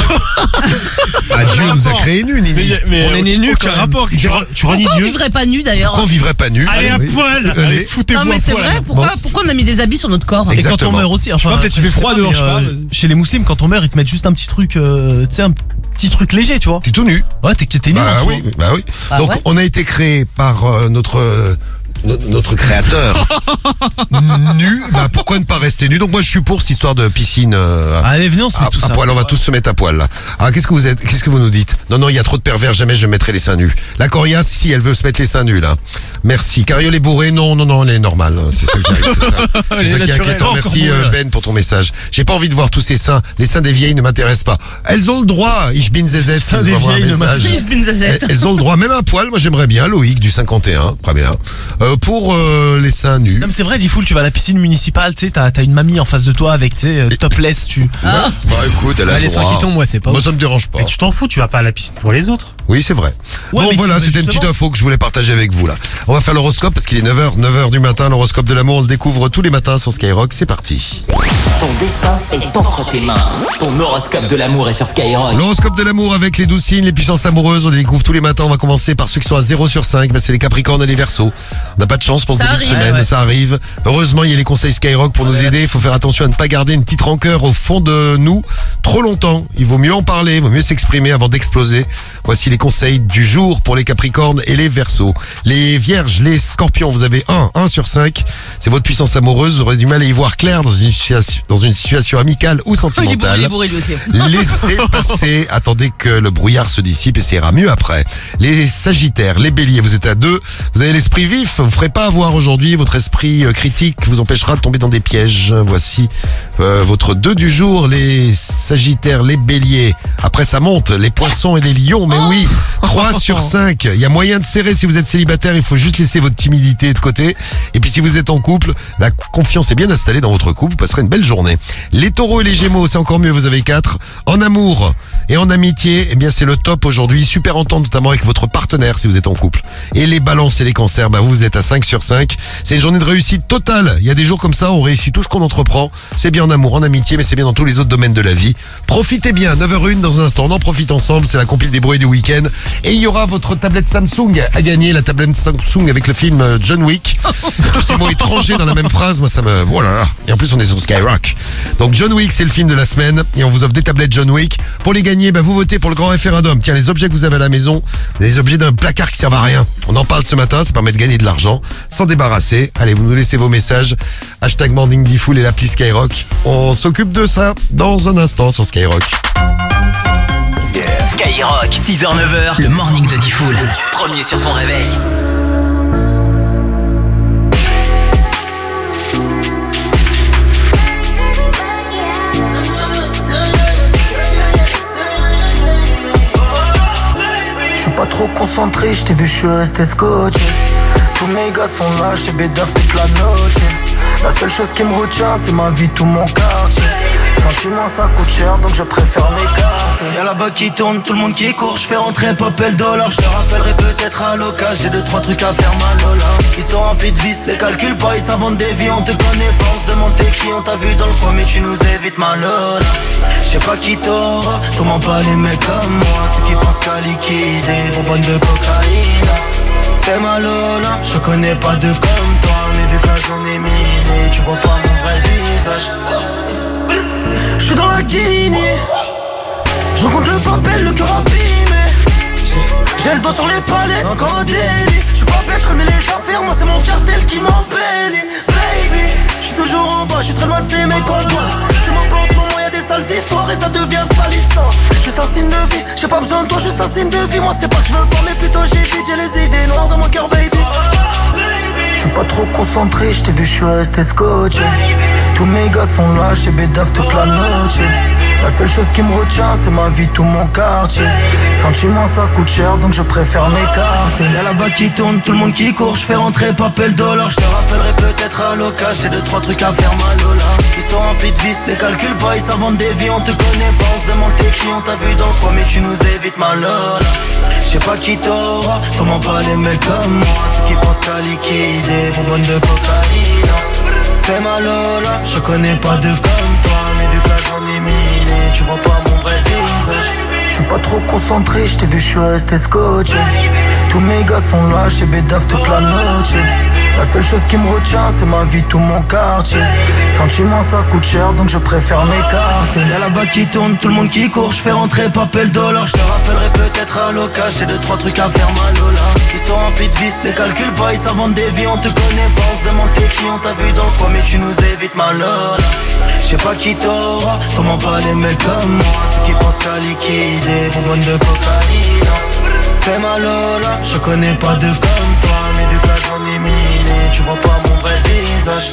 [SPEAKER 3] Dieu nous a créés nus, Nini.
[SPEAKER 4] Mais on est nés nus, quel rapport?
[SPEAKER 6] Tu renies Dieu?
[SPEAKER 5] Pourquoi on vivrait pas nus d'ailleurs?
[SPEAKER 3] Pourquoi on vivrait pas nus?
[SPEAKER 6] Allez à poil.
[SPEAKER 3] Allez,
[SPEAKER 4] foutez-vous à poil.
[SPEAKER 5] Non mais c'est vrai, pourquoi on a mis des habits sur notre corps?
[SPEAKER 7] Et quand on meurt aussi, enfin,
[SPEAKER 4] peut-être il fait froid dehors, je sais pas.
[SPEAKER 7] Chez les musulmans, quand on meurt, ils te mettent juste un petit truc, tu sais, un petit truc léger, tu vois.
[SPEAKER 3] T'es tout nu.
[SPEAKER 7] Ouais, t'es nu.
[SPEAKER 3] Bah oui. Donc on a été créé par notre créateur nu. Bah pourquoi ne pas rester nu? Donc moi je suis pour cette histoire de piscine.
[SPEAKER 7] Allez, venez, on se met tout ça.
[SPEAKER 3] À poil, on va tous se mettre à poil là. Ah qu'est-ce que vous nous dites? Non, il y a trop de pervers, jamais je mettrai les seins nus. La coriace, si elle veut se mettre les seins nus là. Merci. Cariole est bourrée, non, elle est normale. C'est ça qui arrive, c'est ça qui est inquiétant. Merci Ben pour ton message. J'ai pas envie de voir tous ces seins. Les seins des vieilles ne m'intéressent pas. Elles ont le droit. Ich bin zezet. Elles ont le droit, même à poil. Moi j'aimerais bien. Loïc du 51, très bien. Pour les seins nus.
[SPEAKER 7] Non mais c'est vrai, Diffoul, tu vas à la piscine municipale, tu sais, t'as une mamie en face de toi avec, tu sais, topless,
[SPEAKER 3] Bah écoute, elle a
[SPEAKER 4] les seins qui tombent, moi c'est pas.
[SPEAKER 3] Moi ça me dérange pas.
[SPEAKER 6] Mais tu t'en fous, tu vas pas à la piscine pour les autres.
[SPEAKER 3] Oui, c'est vrai.
[SPEAKER 7] Ouais,
[SPEAKER 3] bon voilà, c'était une petite info que je voulais partager avec vous là. On va faire l'horoscope parce qu'il est 9h du matin, l'horoscope de l'amour, on le découvre tous les matins sur Skyrock, c'est parti.
[SPEAKER 2] Ton destin est entre tes mains. Ton horoscope de l'amour est sur Skyrock.
[SPEAKER 3] L'horoscope de l'amour avec les 12 signes, les puissances amoureuses, on les découvre tous les matins. On va commencer par ceux qui sont à 0 sur 5, c'est les Capricornes et les Verseaux. On n'a pas de chance pour ce début de semaine, ça arrive. Heureusement, il y a les conseils Skyrock pour nous aider. Il faut faire attention à ne pas garder une petite rancœur au fond de nous trop longtemps. Il vaut mieux en parler, il vaut mieux s'exprimer avant d'exploser. Voici les conseils du jour pour les Capricornes et les Verseaux. Les Vierges, les Scorpions, vous avez 1 sur 5. C'est votre puissance amoureuse, vous aurez du mal à y voir clair dans une situation amicale ou sentimentale.
[SPEAKER 5] Il est bourré lui aussi.
[SPEAKER 3] Laissez passer, attendez que le brouillard se dissipe et ça ira mieux après. Les Sagittaires, les Béliers, vous êtes à 2. Vous avez l'esprit vif, vous ferez pas avoir aujourd'hui. Votre esprit critique vous empêchera de tomber dans des pièges. Voici votre 2 du jour, les Sagittaires, les Béliers. Après ça monte, les Poissons et les Lions. Mais oui, 3 sur 5. Il y a moyen de serrer si vous êtes célibataire. Il faut juste laisser votre timidité de côté. Et puis si vous êtes en couple, la confiance est bien installée dans votre couple. Vous passerez une belle journée. Les Taureaux et les Gémeaux, c'est encore mieux. Vous avez 4. En amour et en amitié, eh bien c'est le top aujourd'hui. Super entente notamment avec votre partenaire si vous êtes en couple. Et les Balances et les Cancers, vous êtes à 5 sur 5. C'est une journée de réussite totale. Il y a des jours comme ça, on réussit tout ce qu'on entreprend. C'est bien en amour, en amitié, mais c'est bien dans tous les autres domaines de la vie. Profitez bien, 9h01 dans un instant. On en profite ensemble, c'est la compile des bruits du week-end. Et il y aura votre tablette Samsung à gagner, la tablette Samsung avec le film John Wick. Tous ces mots étrangers dans la même phrase, moi ça me... Voilà. Et en plus on est sur Skyrock. Donc John Wick, c'est le film de la semaine. Et on vous offre des tablettes John Wick. Pour les gagner, vous votez pour le grand référendum. Tiens, les objets que vous avez à la maison, les objets d'un placard qui servent à rien. On en parle ce matin, ça permet de gagner de l'argent, s'en débarrasser. Allez, vous nous laissez vos messages. Hashtag Morning Diffoul et l'appli Skyrock. On s'occupe de ça dans un instant sur Skyrock.
[SPEAKER 2] Skyrock, 6h-9h, le morning de Diffoul. Premier sur ton réveil.
[SPEAKER 12] J'suis pas trop concentré, j't'ai vu, j'suis resté scotché. Tous mes gars sont là, j'sais bédaf toute la noche. La seule chose qui me retient, c'est ma vie, tout mon quartier. Franchement ça coûte cher, donc je préfère m'écarter. Y'a là-bas qui tourne, tout le monde qui court. J'fais rentrer pop et le dollar. J'te rappellerai peut-être à l'occasion. J'ai 2-3 trucs à faire mal là. Ils sont remplis de vices, les calculs pas, ils s'inventent des vies. On te connaît pas, on se demande t'es qui. On t'a vu dans le coin mais tu nous évites mal là. J'sais pas qui t'aura, sûrement pas les mecs comme moi. Ceux qui pensent qu'à liquider, bonbonne de cocaïne. Fais mal là, je connais pas de comme toi. Mais vu que la zone est minée, tu vois pas mon vrai visage. J'suis dans la Guinée, je rencontre le papel, le cœur abîmé. J'ai le doigt sur les palettes, encore un délit. J'suis pas bête, j'connais les affaires, moi c'est mon cartel qui m'embellit. Baby, j'suis toujours en bas, j'suis très loin de ces mecs en bas. J'suis mon plan en ce moment, y'a des sales histoires et ça devient salissant. Juste un signe de vie, j'ai pas besoin de toi, juste un signe de vie. Moi c'est pas que j'veux pas, mais plutôt j'évite, j'ai les idées noires dans mon cœur, baby. J'suis pas trop concentré, j't'ai vu, j'suis resté scotché. Tous mes gars sont là, chez bédaf toute la noche. La seule chose qui me retient, c'est ma vie, tout mon quartier. Sentiment ça coûte cher, donc je préfère m'écarter. Y'a là-bas qui tourne, tout le monde qui court. J'fais rentrer pop et le dollar. J'te rappellerai peut-être à l'occasion. J'ai 2-3 trucs à faire mal là. Ils sont remplis de vices, les calculs pas, ils s'inventent des vies. On te connaît pas, on se demande t'es qui. On t'a vu dans le coin mais tu nous évites mal là. J'sais pas qui t'aura, sûrement pas les mecs comme moi. Ceux qui pensent qu'à liquider, bonbonne de cocaïne. Fais mal là, je connais pas de comme toi. Mais vu que la zone est minée, tu vois pas mon vrai visage. J'suis pas trop concentré, j't'ai vu, j'suis resté scotché. Tous mes gars sont là, chez bédaf toute la noche. La seule chose qui me retient, c'est ma vie, tout mon quartier. Sentiment ça coûte cher, donc je préfère m'écarter. Y'a là-bas qui tourne, tout le monde qui court. J'fais rentrer pop et le dollar. J'te rappellerai peut-être à l'occasion. J'ai 2-3 trucs à faire mal là. Ils sont remplis de vices, les calculs pas, ils s'inventent des vies. On te connaît pas, on se demande t'es qui. On t'a vu dans le coin mais tu nous évites mal là. J'sais pas qui t'aura, sûrement pas les mecs comme moi. Ceux qui pensent qu'à liquider, bonbonne de cocaïne. Fais mal là, je connais pas de comme toi. Mais vu que la zone est minée, tu vois pas mon vrai visage.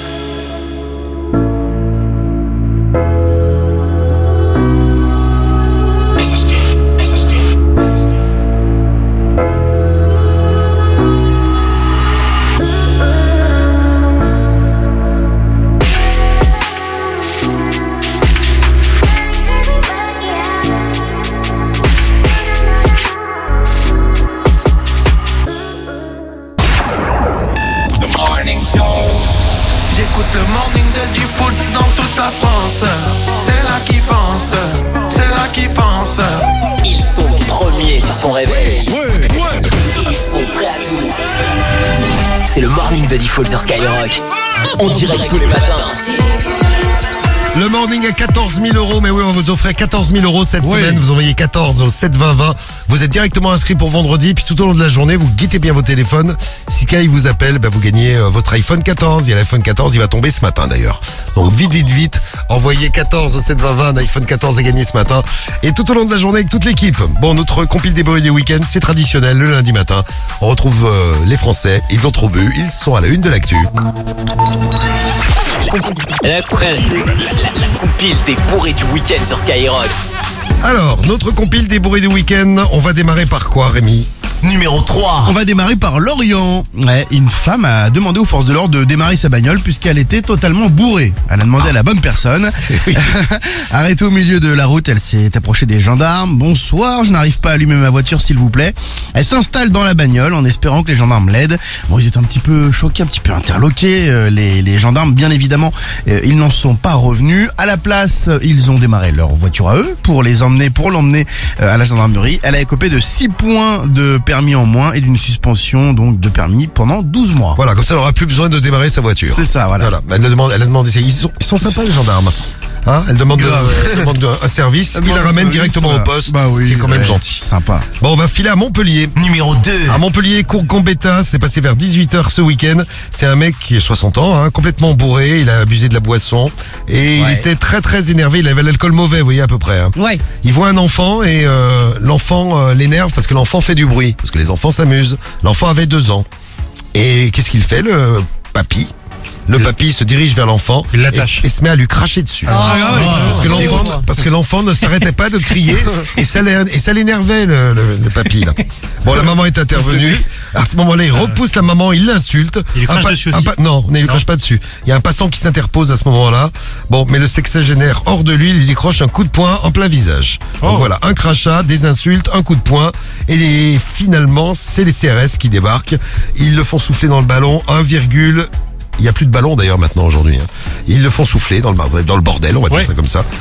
[SPEAKER 13] J'écoute le morning de Diffoul dans toute la France. C'est là qu'ils pensent, c'est là qu'ils pensent.
[SPEAKER 2] Ils sont premiers sur ton réveil. Ils sont prêts à tout. C'est le morning de Diffoul sur Skyrock. On direct tous les matins.
[SPEAKER 3] Le morning à 14 000 €. Mais oui, on va vous offrir 14 000 € cette semaine. Vous envoyez 14 au 7 20 20. Vous êtes directement inscrit pour vendredi. Puis tout au long de la journée, vous guettez bien vos téléphones. Si Kai vous appelle, vous gagnez votre iPhone 14. Il y a l'iPhone 14, il va tomber ce matin d'ailleurs. Donc vite. Envoyez 14 au 7 20 20. Un iPhone 14 à gagner ce matin. Et tout au long de la journée avec toute l'équipe. Bon, notre compile des bruits du week-end, c'est traditionnel le lundi matin. On retrouve les Français. Ils ont trop bu. Ils sont à la une de l'actu.
[SPEAKER 2] La compile des bourrés du week-end sur Skyrock.
[SPEAKER 3] Alors, notre compile des bourrés du week-end, on va démarrer par quoi, Rémi ?
[SPEAKER 2] Numéro 3.
[SPEAKER 7] On va démarrer par Lorient. Ouais, une femme a demandé aux forces de l'ordre de démarrer sa bagnole puisqu'elle était totalement bourrée. Elle a demandé à la bonne personne. Arrêtée au milieu de la route, elle s'est approchée des gendarmes. Bonsoir, je n'arrive pas à allumer ma voiture s'il vous plaît. Elle s'installe dans la bagnole en espérant que les gendarmes l'aident. Bon, ils étaient un petit peu choqués, un petit peu interloqués. Les gendarmes, bien évidemment, ils n'en sont pas revenus. À la place, ils ont démarré leur voiture à eux pour l'emmener à la gendarmerie. Elle a écopé de 6 points de permis en moins et d'une suspension donc de permis pendant 12 mois.
[SPEAKER 3] Voilà, comme ça elle n'aura plus besoin de démarrer sa voiture.
[SPEAKER 7] C'est ça, voilà.
[SPEAKER 3] Elle a demandé, ils sont sympas les gendarmes. Hein, elle demande un service, il la ramène directement au poste, ce qui est quand même gentil.
[SPEAKER 7] Sympa.
[SPEAKER 3] Bon, on va filer à Montpellier.
[SPEAKER 2] Numéro 2.
[SPEAKER 3] À Montpellier, Courgambetta, c'est passé vers 18h ce week-end. C'est un mec qui est 60 ans, complètement bourré, il a abusé de la boisson et il était très énervé, il avait l'alcool mauvais, vous voyez à peu près.
[SPEAKER 5] Ouais.
[SPEAKER 3] Il voit un enfant et l'enfant l'énerve parce que l'enfant fait du bruit, parce que les enfants s'amusent. L'enfant avait 2 ans. Et qu'est-ce qu'il fait, le papy ? Le papy se dirige vers l'enfant et se met à lui cracher dessus. Parce que l'enfant ne s'arrêtait pas de crier et ça l'énervait le papy là. Bon, la maman est intervenue. À ce moment-là, il repousse la maman, il l'insulte.
[SPEAKER 6] Il lui crache dessus aussi.
[SPEAKER 3] Non, il lui crache pas dessus. Il y a un passant qui s'interpose à ce moment-là. Bon, mais le sexagénaire hors de lui décroche un coup de poing en plein visage. Donc voilà, un crachat, des insultes, un coup de poing et finalement, c'est les CRS qui débarquent. Ils le font souffler dans le ballon, il n'y a plus de ballon d'ailleurs maintenant aujourd'hui. Ils le font souffler dans le bordel, on va dire ça comme ça.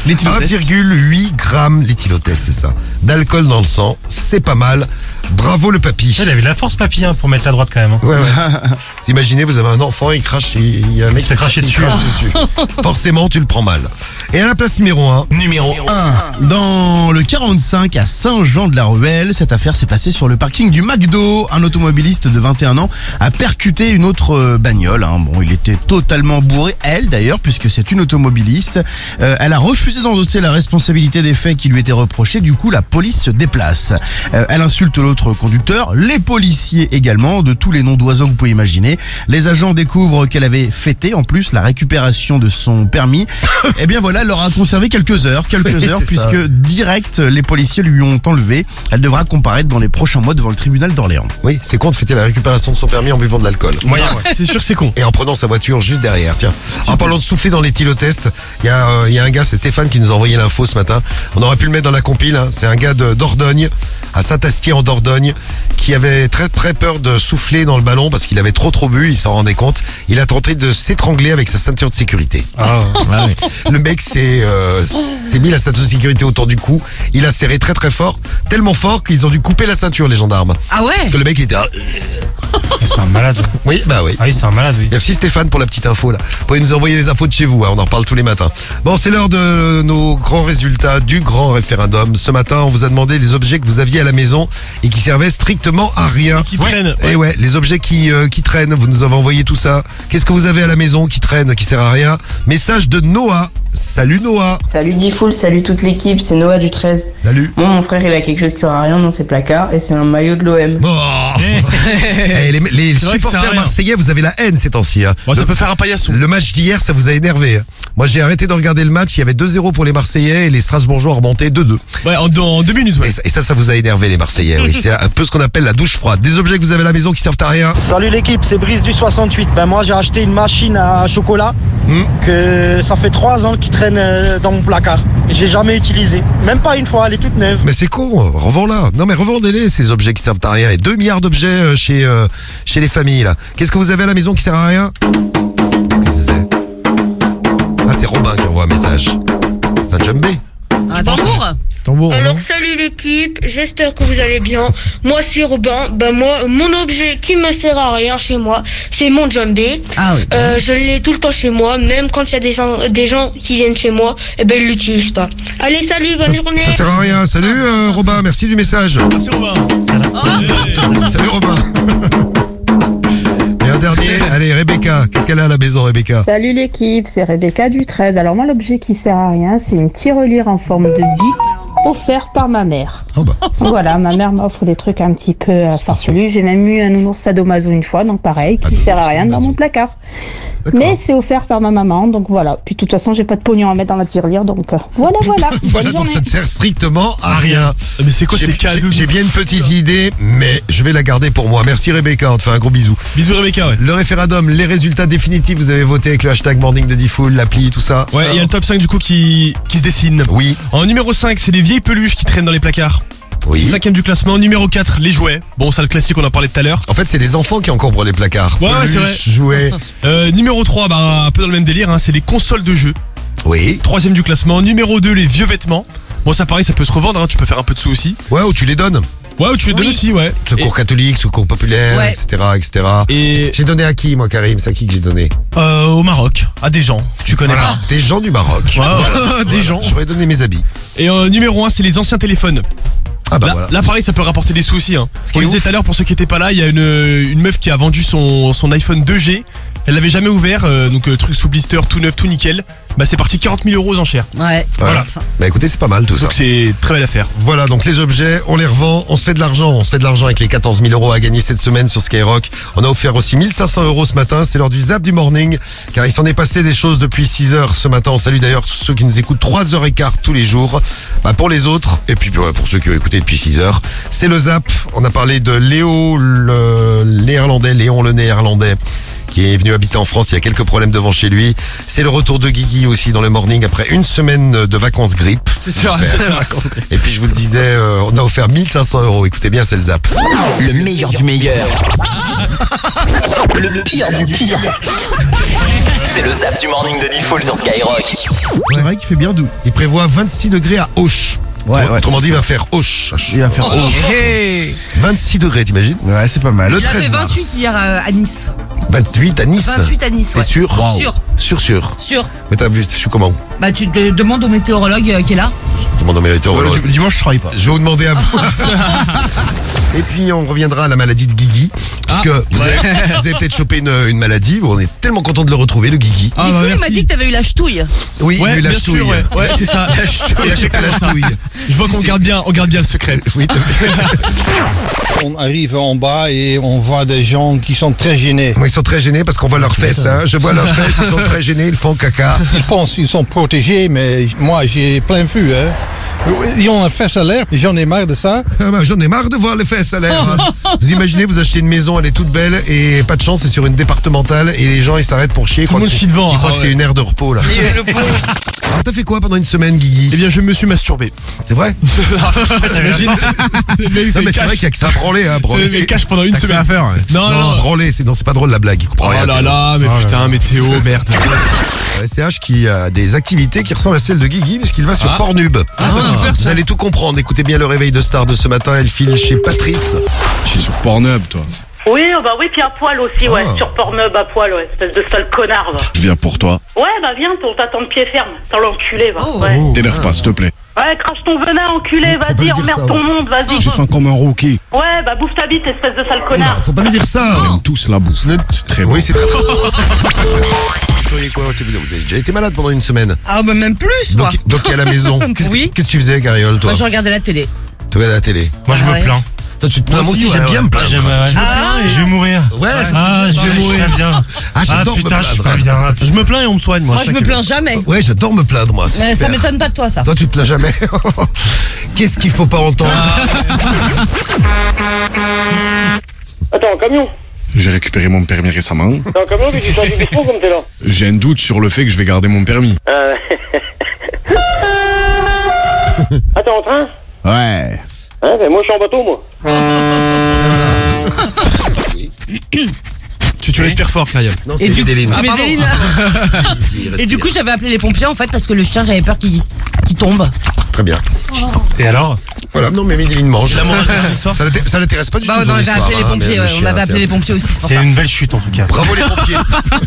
[SPEAKER 3] 1,8 grammes l'éthylotest, c'est ça. D'alcool dans le sang, c'est pas mal. Bravo le papy.
[SPEAKER 6] Il avait la force papy pour mettre la droite quand même.
[SPEAKER 3] Ouais. Vous imaginez, vous avez un enfant, il crache, il y a un mec
[SPEAKER 6] qui se fait cracher dessus.
[SPEAKER 3] Forcément, tu le prends mal. Et à la place numéro 1.
[SPEAKER 2] Numéro 1.
[SPEAKER 7] Dans le 45 à Saint-Jean-de-la-Ruelle, cette affaire s'est passée sur le parking du McDo. Un automobiliste de 21 ans a percuté une autre bagnole. Bon, il était totalement bourré, elle d'ailleurs, puisque c'est une automobiliste. Elle a refusé d'endosser la responsabilité des faits qui lui étaient reprochés. Du coup, la police se déplace. Elle insulte l'autre conducteur, les policiers également, de tous les noms d'oiseaux que vous pouvez imaginer. Les agents découvrent qu'elle avait fêté en plus la récupération de son permis. Et bien voilà, elle leur a conservé quelques heures puisque direct les policiers lui ont enlevé. Elle devra comparaître dans les prochains mois devant le tribunal d'Orléans.
[SPEAKER 3] Oui, c'est con de fêter la récupération de son permis en buvant de l'alcool.
[SPEAKER 4] C'est sûr que c'est con.
[SPEAKER 3] Et en prenant sa voiture juste derrière. Tiens, en parlant de souffler dans l'éthylotest, il y a un gars, c'est Stéphane qui nous a envoyé l'info ce matin. On aurait pu le mettre dans la compile. C'est un gars d'Ordogne, à Saint-Astier en Dordogne, qui avait très peur de souffler dans le ballon parce qu'il avait trop bu, il s'en rendait compte. Il a tenté de s'étrangler avec sa ceinture de sécurité. Le mec s'est mis la ceinture de sécurité autour du cou. Il a serré très fort, tellement fort qu'ils ont dû couper la ceinture, les gendarmes.
[SPEAKER 5] Ah ouais ?
[SPEAKER 3] Parce que le mec il était...
[SPEAKER 6] C'est un malade.
[SPEAKER 3] Oui.
[SPEAKER 6] Ah oui, c'est un malade, oui.
[SPEAKER 3] Merci Stéphane pour la petite info là. Vous pouvez nous envoyer les infos de chez vous, on en reparle tous les matins. Bon, c'est l'heure de nos grands résultats du grand référendum. Ce matin, on vous a demandé les objets que vous aviez à la maison et qui servaient strictement à rien.
[SPEAKER 4] Qui traînent.
[SPEAKER 3] Et les objets qui traînent, vous nous avez envoyé tout ça. Qu'est-ce que vous avez à la maison qui traîne, qui sert à rien? Message de Noah. Salut Noah.
[SPEAKER 14] Salut Diffoul, salut toute l'équipe, c'est Noah du 13.
[SPEAKER 3] Salut.
[SPEAKER 14] Moi, mon frère, il a quelque chose qui sert à rien dans ses placards et c'est un maillot de l'OM.
[SPEAKER 3] Les supporters marseillais, vous avez la haine ces temps-ci.
[SPEAKER 4] Ça peut faire un paillasson.
[SPEAKER 3] Le match d'hier, ça vous a énervé. Moi, j'ai arrêté de regarder le match. Il y avait 2-0 pour les Marseillais et les Strasbourgeois ont remonté 2-2.
[SPEAKER 4] Ouais, en 2 minutes. Ouais.
[SPEAKER 3] Et ça vous a énervé les Marseillais. Oui, c'est un peu ce qu'on appelle la douche froide. Des objets que vous avez à la maison qui servent à rien.
[SPEAKER 16] Salut l'équipe, c'est Brice du 68. Moi, j'ai acheté une machine à chocolat que ça fait 3 ans qu'il traîne dans mon placard. J'ai jamais utilisé. Même pas une fois, elle est toute neuve.
[SPEAKER 3] Mais c'est con, revends-la. Non mais revendez-les ces objets qui servent à rien. Et 2 milliards d'objets chez les familles là. Qu'est-ce que vous avez à la maison qui sert à rien? Qu'est-ce que c'est? Ah, c'est Robin qui envoie un message. C'est un djembé.
[SPEAKER 5] Un tambour?
[SPEAKER 3] Tambour.
[SPEAKER 15] Alors salut l'équipe, j'espère que vous allez bien. Moi c'est Robin. Moi mon objet qui me sert à rien chez moi, c'est mon djembé.
[SPEAKER 5] Ah oui.
[SPEAKER 15] Je l'ai tout le temps chez moi, même quand il y a des gens qui viennent chez moi, et ils l'utilisent pas. Allez salut, bonne journée.
[SPEAKER 3] Ça sert à rien. Salut Robin, merci du message.
[SPEAKER 4] Merci Robin.
[SPEAKER 3] Salut Robin. Et un dernier, allez Rebecca, qu'est-ce qu'elle a à la maison Rebecca?
[SPEAKER 14] Salut l'équipe, c'est Rebecca du 13. Alors moi l'objet qui sert à rien, c'est une tirelire en forme de bite offerte par ma mère.
[SPEAKER 3] Oh bah.
[SPEAKER 14] Voilà, ma mère m'offre des trucs un petit peu farfelus. J'ai même eu un nounours sadomaso une fois, donc pareil, qui sert à rien dans mon placard. Mais c'est offert par ma maman, donc voilà. Puis de toute façon, j'ai pas de pognon à mettre dans la tirelire, donc voilà.
[SPEAKER 3] Voilà, donc ça ne sert strictement à rien.
[SPEAKER 4] Mais c'est quoi ces cadeaux?
[SPEAKER 3] J'ai bien une petite idée, mais je vais la garder pour moi. Merci Rebecca, on te fait un gros bisou.
[SPEAKER 4] Bisous Rebecca, ouais.
[SPEAKER 3] Le référendum, les résultats définitifs, vous avez voté avec le hashtag Morning de Diffoul, l'appli, tout ça.
[SPEAKER 4] Ouais, il y a le top 5 du coup qui se dessine.
[SPEAKER 3] Oui.
[SPEAKER 4] En numéro 5, c'est les vieilles peluches qui traînent dans les placards.
[SPEAKER 3] Oui.
[SPEAKER 4] 5ème du classement. Numéro 4, les jouets. Bon, ça le classique, on en parlait tout à l'heure.
[SPEAKER 3] En fait, c'est les enfants qui encombrent les placards.
[SPEAKER 4] Ouais, c'est vrai.
[SPEAKER 3] Jouets.
[SPEAKER 4] Numéro 3, un peu dans le même délire, hein, c'est les consoles de jeux.
[SPEAKER 3] Oui.
[SPEAKER 4] 3ème du classement. Numéro 2, les vieux vêtements. Bon, ça pareil, ça peut se revendre, hein, tu peux faire un peu de sous aussi.
[SPEAKER 3] Ouais, ou tu les donnes.
[SPEAKER 4] Ouais, ou tu les donnes aussi, ouais.
[SPEAKER 3] Secours catholique, secours populaire,
[SPEAKER 5] Ouais.
[SPEAKER 3] etc.
[SPEAKER 4] Et
[SPEAKER 3] J'ai donné à qui, moi, Karim? C'est à qui que j'ai donné?
[SPEAKER 7] Au Maroc, à des gens que tu connais pas.
[SPEAKER 3] Des gens du Maroc.
[SPEAKER 7] Des gens.
[SPEAKER 3] J'aurais donné mes habits.
[SPEAKER 4] Et numéro 1, c'est les anciens téléphones.
[SPEAKER 3] Ah bah
[SPEAKER 4] Là,
[SPEAKER 3] voilà.
[SPEAKER 4] là, pareil, ça peut rapporter des sous aussi. Hein.
[SPEAKER 3] Ce qui
[SPEAKER 4] On
[SPEAKER 3] est
[SPEAKER 4] disait
[SPEAKER 3] ouf.
[SPEAKER 4] tout à l'heure, pour ceux qui étaient pas là, il y a une meuf qui a vendu son iPhone 2G. Elle l'avait jamais ouvert, donc truc sous blister, tout neuf, tout nickel. Bah c'est parti 40 000 euros aux enchères.
[SPEAKER 5] Ouais.
[SPEAKER 3] Voilà. Bah écoutez, c'est pas mal tout ça.
[SPEAKER 4] Donc c'est très belle affaire.
[SPEAKER 3] Voilà, donc les objets, on les revend, on se fait de l'argent. On se fait de l'argent avec les 14 000 euros à gagner cette semaine sur Skyrock. On a offert aussi 1500 euros ce matin. C'est l'heure du Zap du Morning, car il s'en est passé des choses depuis 6 heures ce matin. On salue d'ailleurs tous ceux qui nous écoutent 3h15 tous les jours. Bah pour les autres, et puis pour ceux qui ont écouté depuis 6 heures, c'est le Zap. On a parlé de Léon le Néerlandais, qui est venu habiter en France. Il y a quelques problèmes devant chez lui. C'est le retour de Guigui aussi dans le Morning après une semaine de vacances grippe.
[SPEAKER 4] C'est ça, vacances grippe.
[SPEAKER 3] Et puis je vous le disais, on a offert 1500 euros. Écoutez bien, c'est le Zap.
[SPEAKER 2] Le meilleur du meilleur. Le pire du pire. C'est le Zap du Morning de Diffoul sur Skyrock.
[SPEAKER 7] C'est vrai qu'il fait bien doux.
[SPEAKER 3] Il prévoit 26 degrés à Auch.
[SPEAKER 7] Ouais,
[SPEAKER 3] Autrement dit, il va faire Auch.
[SPEAKER 7] Il va faire Auch.
[SPEAKER 3] 26 degrés, t'imagines?
[SPEAKER 7] Ouais, c'est pas mal.
[SPEAKER 3] Le
[SPEAKER 5] Il a
[SPEAKER 3] 13
[SPEAKER 5] fait 28
[SPEAKER 3] mars.
[SPEAKER 5] hier à Nice.
[SPEAKER 3] 28 à Nice.
[SPEAKER 5] 28 à Nice, ouais.
[SPEAKER 3] T'es sûr? Sûr.
[SPEAKER 5] Sûr.
[SPEAKER 3] Mais t'as vu, je suis comment?
[SPEAKER 5] Bah tu te demandes au météorologue qui est là.
[SPEAKER 3] Je demande au météorologue.
[SPEAKER 7] Dimanche, je travaille pas.
[SPEAKER 3] Je vais vous demander à vous. Et puis on reviendra à la maladie de Guigui. Parce que vous avez peut-être chopé une maladie. On est tellement content de le retrouver, le Guigui.
[SPEAKER 5] Il m'a dit que t'avais eu la ch'touille.
[SPEAKER 3] Oui, il a eu la
[SPEAKER 4] bien
[SPEAKER 3] ch'touille.
[SPEAKER 4] sûr, ouais, c'est ça. La ch'touille.
[SPEAKER 3] Il a chopé la ch'touille.
[SPEAKER 4] Je vois qu'on garde bien le secret.
[SPEAKER 3] Oui,
[SPEAKER 17] On arrive en bas et on voit des gens qui sont très gênés.
[SPEAKER 3] Ils sont très gênés parce qu'on voit leurs fesses. Hein. Je vois leurs fesses, ils sont très gênés, ils font caca.
[SPEAKER 17] Ils pensent qu'ils sont protégés, mais moi j'ai plein vue. Hein. Ils ont la fesse à l'air, j'en ai marre de ça.
[SPEAKER 3] J'en ai marre de voir les fesses à l'air. Vous imaginez, vous achetez une maison, elle est toute belle et pas de chance, c'est sur une départementale et les gens ils s'arrêtent pour chier.
[SPEAKER 4] Tout le monde chie devant.
[SPEAKER 3] Ils croient que c'est une aire de repos là. Alors, t'as fait quoi pendant une semaine, Guigui?
[SPEAKER 4] Eh bien, je me suis masturbé.
[SPEAKER 3] C'est vrai?
[SPEAKER 4] T'imagines?
[SPEAKER 3] Non, mais c'est vrai qu'il y a que ça à branler. Hein, branler.
[SPEAKER 4] Mais cache pendant une semaine.
[SPEAKER 7] à faire. Ouais.
[SPEAKER 3] Non, branler, c'est pas drôle la blague. Il comprend rien.
[SPEAKER 4] Oh là là, mais putain, météo, merde.
[SPEAKER 3] SCH qui a des activités qui ressemblent à celles de Guigui parce qu'il va sur Pornhub. Vous allez tout comprendre. Écoutez bien le réveil de star de ce matin. Elle file chez Patrice.
[SPEAKER 7] Je suis sur Pornhub, toi.
[SPEAKER 18] Oui, puis à poil aussi, ouais. Sur Pornhub à poil, ouais. Espèce de sale connard, va.
[SPEAKER 7] Je viens pour toi.
[SPEAKER 18] Ouais, viens, pour t'attendre pied ferme. T'en l'enculé, va. Ouais.
[SPEAKER 7] T'énerve pas, s'il te plaît.
[SPEAKER 18] Ouais, crache ton venin, enculé, vas-y, emmerde ton monde, vas-y.
[SPEAKER 7] J'ai faim comme un rookie.
[SPEAKER 18] Ouais, bouffe ta bite, espèce de sale connard.
[SPEAKER 3] Faut pas lui dire ça.
[SPEAKER 7] On aime tous la bouffe. C'est très bon.
[SPEAKER 3] Oui, c'est très bon. Vous avez déjà été malade pendant une semaine.
[SPEAKER 5] Ah, bah même plus, moi.
[SPEAKER 3] Bloqué à la maison. Qu'est-ce que tu faisais, Cariole, toi?
[SPEAKER 5] Moi, je regardais la télé.
[SPEAKER 3] Tu regardais la télé?
[SPEAKER 6] Moi, je me plains.
[SPEAKER 3] Toi, tu te plains? Moi aussi, j'aime bien me plaindre.
[SPEAKER 6] Je vais mourir.
[SPEAKER 3] Ouais,
[SPEAKER 6] je vais mourir bien.
[SPEAKER 3] j'adore
[SPEAKER 6] putain,
[SPEAKER 3] me
[SPEAKER 6] je suis
[SPEAKER 3] plaindre.
[SPEAKER 6] pas bien.
[SPEAKER 7] Je me plains et on me soigne, moi.
[SPEAKER 5] Moi, je me plains jamais.
[SPEAKER 3] Ouais, j'adore me plaindre, moi. c'est
[SPEAKER 5] Mais ça
[SPEAKER 3] super.
[SPEAKER 5] m'étonne pas de toi, ça.
[SPEAKER 3] Toi, tu te plains jamais. Qu'est-ce qu'il faut pas entendre?
[SPEAKER 8] Attends, un camion.
[SPEAKER 7] J'ai récupéré mon permis récemment.
[SPEAKER 8] T'as un camion, mais tu sors du bistrot comme t'es là.
[SPEAKER 7] J'ai un doute sur le fait que je vais garder mon permis.
[SPEAKER 8] Attends, en train?
[SPEAKER 7] Ouais.
[SPEAKER 8] Hein, ben moi je suis en bateau, moi.
[SPEAKER 4] Tu respires fort, Cariole.
[SPEAKER 3] Non, c'est Médéline.
[SPEAKER 5] C'est Médéline. Et du coup, j'avais appelé les pompiers, en fait, parce que le chien, j'avais peur qu'il tombe.
[SPEAKER 3] Très bien.
[SPEAKER 6] Et alors?
[SPEAKER 3] Voilà, non mais Mehdi mange.
[SPEAKER 7] La morale de l'histoire.
[SPEAKER 3] Ça l'intéresse pas du tout.
[SPEAKER 5] On
[SPEAKER 3] ton
[SPEAKER 5] avait
[SPEAKER 3] histoire,
[SPEAKER 5] appelé les
[SPEAKER 3] hein,
[SPEAKER 5] pompiers,
[SPEAKER 3] mais le
[SPEAKER 5] on
[SPEAKER 3] chien,
[SPEAKER 5] avait appelé les pompiers aussi.
[SPEAKER 6] C'est une belle chute en tout cas.
[SPEAKER 3] Bravo les pompiers.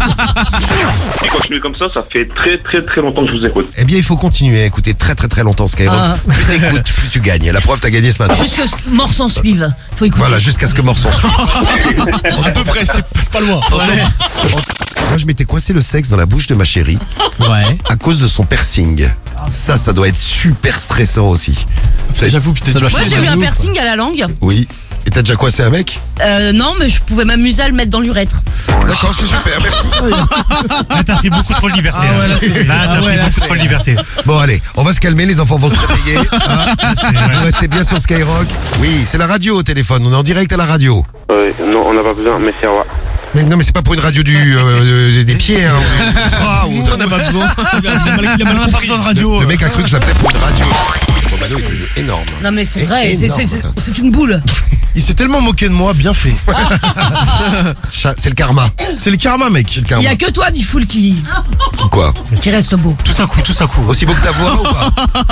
[SPEAKER 8] Si continuez comme ça fait très très très longtemps que je vous écoute.
[SPEAKER 3] Eh bien, il faut continuer à écouter très très très longtemps Skyrock.
[SPEAKER 5] Ah.
[SPEAKER 3] Plus t'écoutes, plus tu gagnes. La preuve, t'as gagné ce matin.
[SPEAKER 5] Jusqu'à ce que mort s'en suive. Faut écouter.
[SPEAKER 3] Voilà, jusqu'à ce que mort s'en suive.
[SPEAKER 4] À peu près, c'est pas loin.
[SPEAKER 3] Moi, je m'étais coincé le sexe dans la bouche de ma chérie.
[SPEAKER 4] Ouais.
[SPEAKER 3] À cause de son piercing. Ça doit être super stressant aussi.
[SPEAKER 4] J'avoue, putain,
[SPEAKER 5] Moi, j'ai eu un piercing à la langue.
[SPEAKER 3] Oui. Et t'as déjà coincé un mec?
[SPEAKER 5] Non, mais je pouvais m'amuser à le mettre dans l'urètre.
[SPEAKER 3] D'accord, c'est super, merci.
[SPEAKER 6] Là, t'as pris beaucoup trop de liberté. Là, t'as pris beaucoup trop de liberté.
[SPEAKER 3] Bon, allez, on va se calmer, les enfants vont se réveiller. Vous restez bien sur Skyrock. Oui, c'est la radio au téléphone, on est en direct à la radio.
[SPEAKER 8] Non, on n'a pas besoin, mais c'est au revoir.
[SPEAKER 3] Mais non, mais c'est pas pour une radio des pieds, hein.
[SPEAKER 7] On n'a pas besoin. Il a pas besoin de radio.
[SPEAKER 3] Le mec a cru que je l'appelais pour une radio. Bon, bah, non, il est énorme.
[SPEAKER 5] Non, mais c'est vrai,
[SPEAKER 3] énorme,
[SPEAKER 5] c'est une boule.
[SPEAKER 7] Il s'est tellement moqué de moi, bien fait.
[SPEAKER 3] C'est le karma.
[SPEAKER 7] C'est le karma, mec.
[SPEAKER 3] C'est le
[SPEAKER 5] Il
[SPEAKER 3] karma.
[SPEAKER 5] y a que toi, Difool, qui
[SPEAKER 3] Quoi?
[SPEAKER 5] reste beau.
[SPEAKER 6] Tout ça coup, tout ça coup.
[SPEAKER 3] Aussi beau que ta voix ou pas?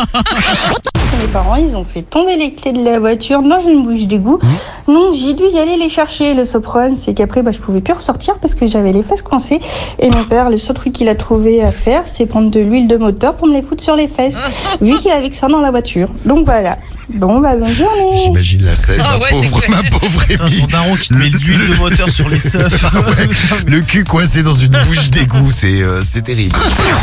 [SPEAKER 14] Mes parents, ils ont fait tomber les clés de la voiture dans une bouche d'égout. Donc j'ai dû y aller les chercher. Le seul problème, c'est qu'après, je pouvais plus ressortir parce que j'avais les fesses coincées. Et mon père, le seul truc qu'il a trouvé à faire, c'est prendre de l'huile de moteur pour me les foutre sur les fesses. Vu qu'il avait que ça dans la voiture. Donc voilà. Bon, bonne journée.
[SPEAKER 3] J'imagine la scène,
[SPEAKER 5] Ah ouais, c'est
[SPEAKER 3] ma pauvre Amy.
[SPEAKER 7] Ton daron qui te met de l'huile de moteur sur les seufs.
[SPEAKER 3] Ah ouais, le cul coincé dans une bouche d'égout, c'est terrible.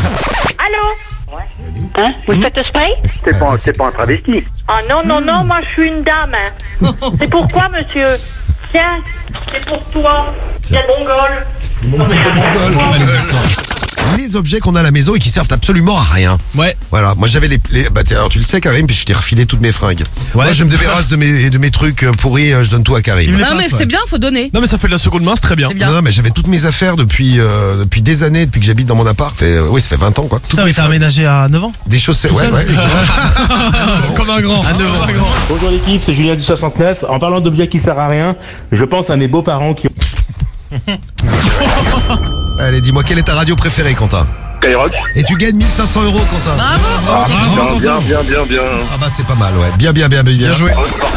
[SPEAKER 18] Allô? Hein? Vous faites le spray?
[SPEAKER 8] C'est pas un travesti.
[SPEAKER 18] Ah non, moi je suis une dame. Hein. C'est pourquoi, monsieur? Tiens, c'est pour toi. Il y a bon gol.
[SPEAKER 3] Les objets qu'on a à la maison et qui servent absolument à rien.
[SPEAKER 4] Ouais.
[SPEAKER 3] Voilà, moi j'avais alors tu le sais Karim, puis je t'ai refilé toutes mes fringues.
[SPEAKER 4] Ouais.
[SPEAKER 3] Moi je me débarrasse de mes trucs pourris, je donne tout à Karim.
[SPEAKER 5] Non, mais c'est bien, faut donner.
[SPEAKER 4] Non, mais ça fait de la seconde main, c'est très bien.
[SPEAKER 5] C'est bien.
[SPEAKER 3] Non, mais j'avais toutes mes affaires depuis des années, depuis que j'habite dans mon appart. Oui, ça fait 20 ans quoi.
[SPEAKER 7] Putain, mais t'as aménagé à 9 ans?
[SPEAKER 3] Des chaussettes, ouais.
[SPEAKER 4] Comme un grand. À 9 ans.
[SPEAKER 9] Bonjour l'équipe, c'est Julien du 69. En parlant d'objets qui servent à rien, je pense à mes beaux-parents qui...
[SPEAKER 3] Allez, dis-moi, quelle est ta radio préférée, Quentin?
[SPEAKER 8] Skyrock.
[SPEAKER 3] Et tu gagnes 1500 € Quentin.
[SPEAKER 5] Bravo.
[SPEAKER 8] Bien.
[SPEAKER 3] Ah bah c'est pas mal, ouais. Bien joué.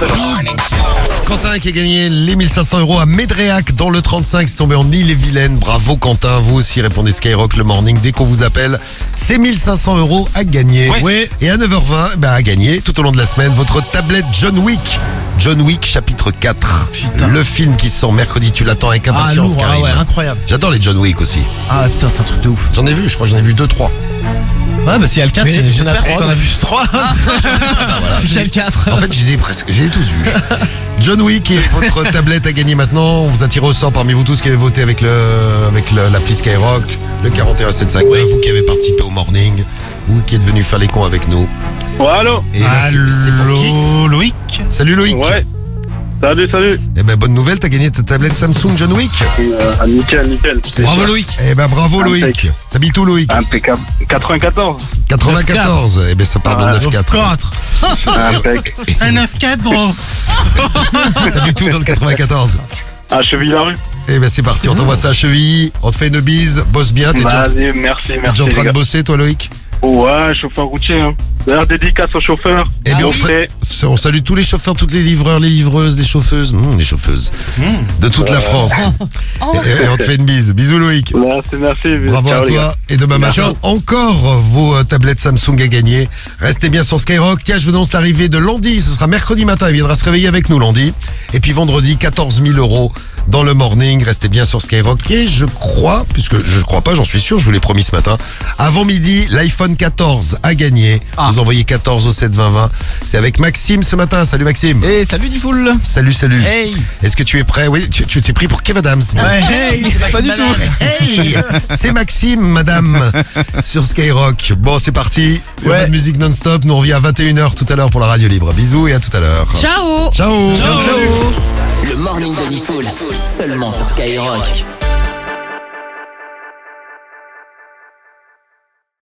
[SPEAKER 3] Quentin qui a gagné les 1500 € à Médréac dans le 35, c'est tombé en Ille-et-Vilaine. Bravo Quentin, vous aussi répondez Skyrock le morning dès qu'on vous appelle. C'est 1500 € à gagner.
[SPEAKER 4] Oui.
[SPEAKER 3] Et à 9h20, à gagner tout au long de la semaine votre tablette John Wick. John Wick chapitre 4.
[SPEAKER 7] Putain.
[SPEAKER 3] Le film qui sort mercredi, tu l'attends avec impatience
[SPEAKER 7] lourd,
[SPEAKER 3] Karim.
[SPEAKER 7] ouais, incroyable.
[SPEAKER 3] J'adore les John Wick aussi.
[SPEAKER 7] Ah putain, c'est un truc de ouf.
[SPEAKER 3] J'en ai vu, je crois que j'en ai vu 2-3.
[SPEAKER 7] Ouais, bah s'il y a le 4,
[SPEAKER 4] Oui,
[SPEAKER 7] j'espère
[SPEAKER 4] il y en a
[SPEAKER 7] que t'en as vu 3.
[SPEAKER 3] Voilà.
[SPEAKER 7] J'ai le 4.
[SPEAKER 3] En fait, j'ai tous vus. John Wick et votre tablette à gagner maintenant. On vous a tiré au sort parmi vous tous qui avez voté avec l'appli Skyrock, le 41759, vous qui avez participé au morning, ou qui êtes venu faire les cons avec nous.
[SPEAKER 8] Ouais, allô?
[SPEAKER 3] Et là, c'est pour qui?
[SPEAKER 6] Loïc.
[SPEAKER 3] Salut Loïc.
[SPEAKER 8] Ouais. Salut.
[SPEAKER 3] Eh ben bonne nouvelle, t'as gagné ta tablette Samsung John Wick.
[SPEAKER 8] Nickel.
[SPEAKER 4] Bravo, Loïc.
[SPEAKER 3] Eh ben bravo Loïc. T'habites où Loïc?
[SPEAKER 8] Impeccable. 94.
[SPEAKER 3] 94. Eh ben ça part de 9-4.
[SPEAKER 7] 4.
[SPEAKER 8] Impec.
[SPEAKER 7] Un 9-4, gros.
[SPEAKER 3] T'habites où dans le 94?
[SPEAKER 8] À Cheville-la-Rue.
[SPEAKER 3] Eh ben c'est parti, on t'envoie ça à Cheville. On te fait une bise, bosse bien. T'es
[SPEAKER 8] Vas-y, merci.
[SPEAKER 3] déjà en train de bosser toi Loïc?
[SPEAKER 8] Ouais, chauffeur routier. Hein. D'ailleurs, dédicace aux chauffeurs.
[SPEAKER 3] Eh bien, on salue tous les chauffeurs, toutes les livreurs, les livreuses, les chauffeuses, de toute la France. Et on te fait une bise. Bisous Loïc.
[SPEAKER 8] Merci.
[SPEAKER 3] Bravo à toi. Et demain matin, encore vos tablettes Samsung à gagner. Restez bien sur Skyrock. Tiens, je vous annonce l'arrivée de Landy. Ce sera mercredi matin. Il viendra se réveiller avec nous, Landy. Et puis vendredi, 14 000 € dans le morning. Restez bien sur Skyrock. Et je crois, puisque je crois pas, j'en suis sûr, je vous l'ai promis ce matin. Avant midi, l'iPhone 14 à gagner. Vous envoyez 14 au 7 20 20. C'est avec Maxime ce matin. Salut Maxime.
[SPEAKER 7] Et salut Difool.
[SPEAKER 3] Salut.
[SPEAKER 7] Hey.
[SPEAKER 3] Est-ce que tu es prêt? Oui, tu t'es pris pour Kev Adams.
[SPEAKER 7] Ouais, hey, c'est pas du tout.
[SPEAKER 3] Hey, c'est Maxime, madame, sur Skyrock. Bon, c'est parti. Pas de musique non-stop. Nous on revient à 21h tout à l'heure pour la radio libre. Bisous et à tout à l'heure.
[SPEAKER 5] Ciao.
[SPEAKER 3] Ciao.
[SPEAKER 2] Le morning de Diffoul, seulement sur Skyrock.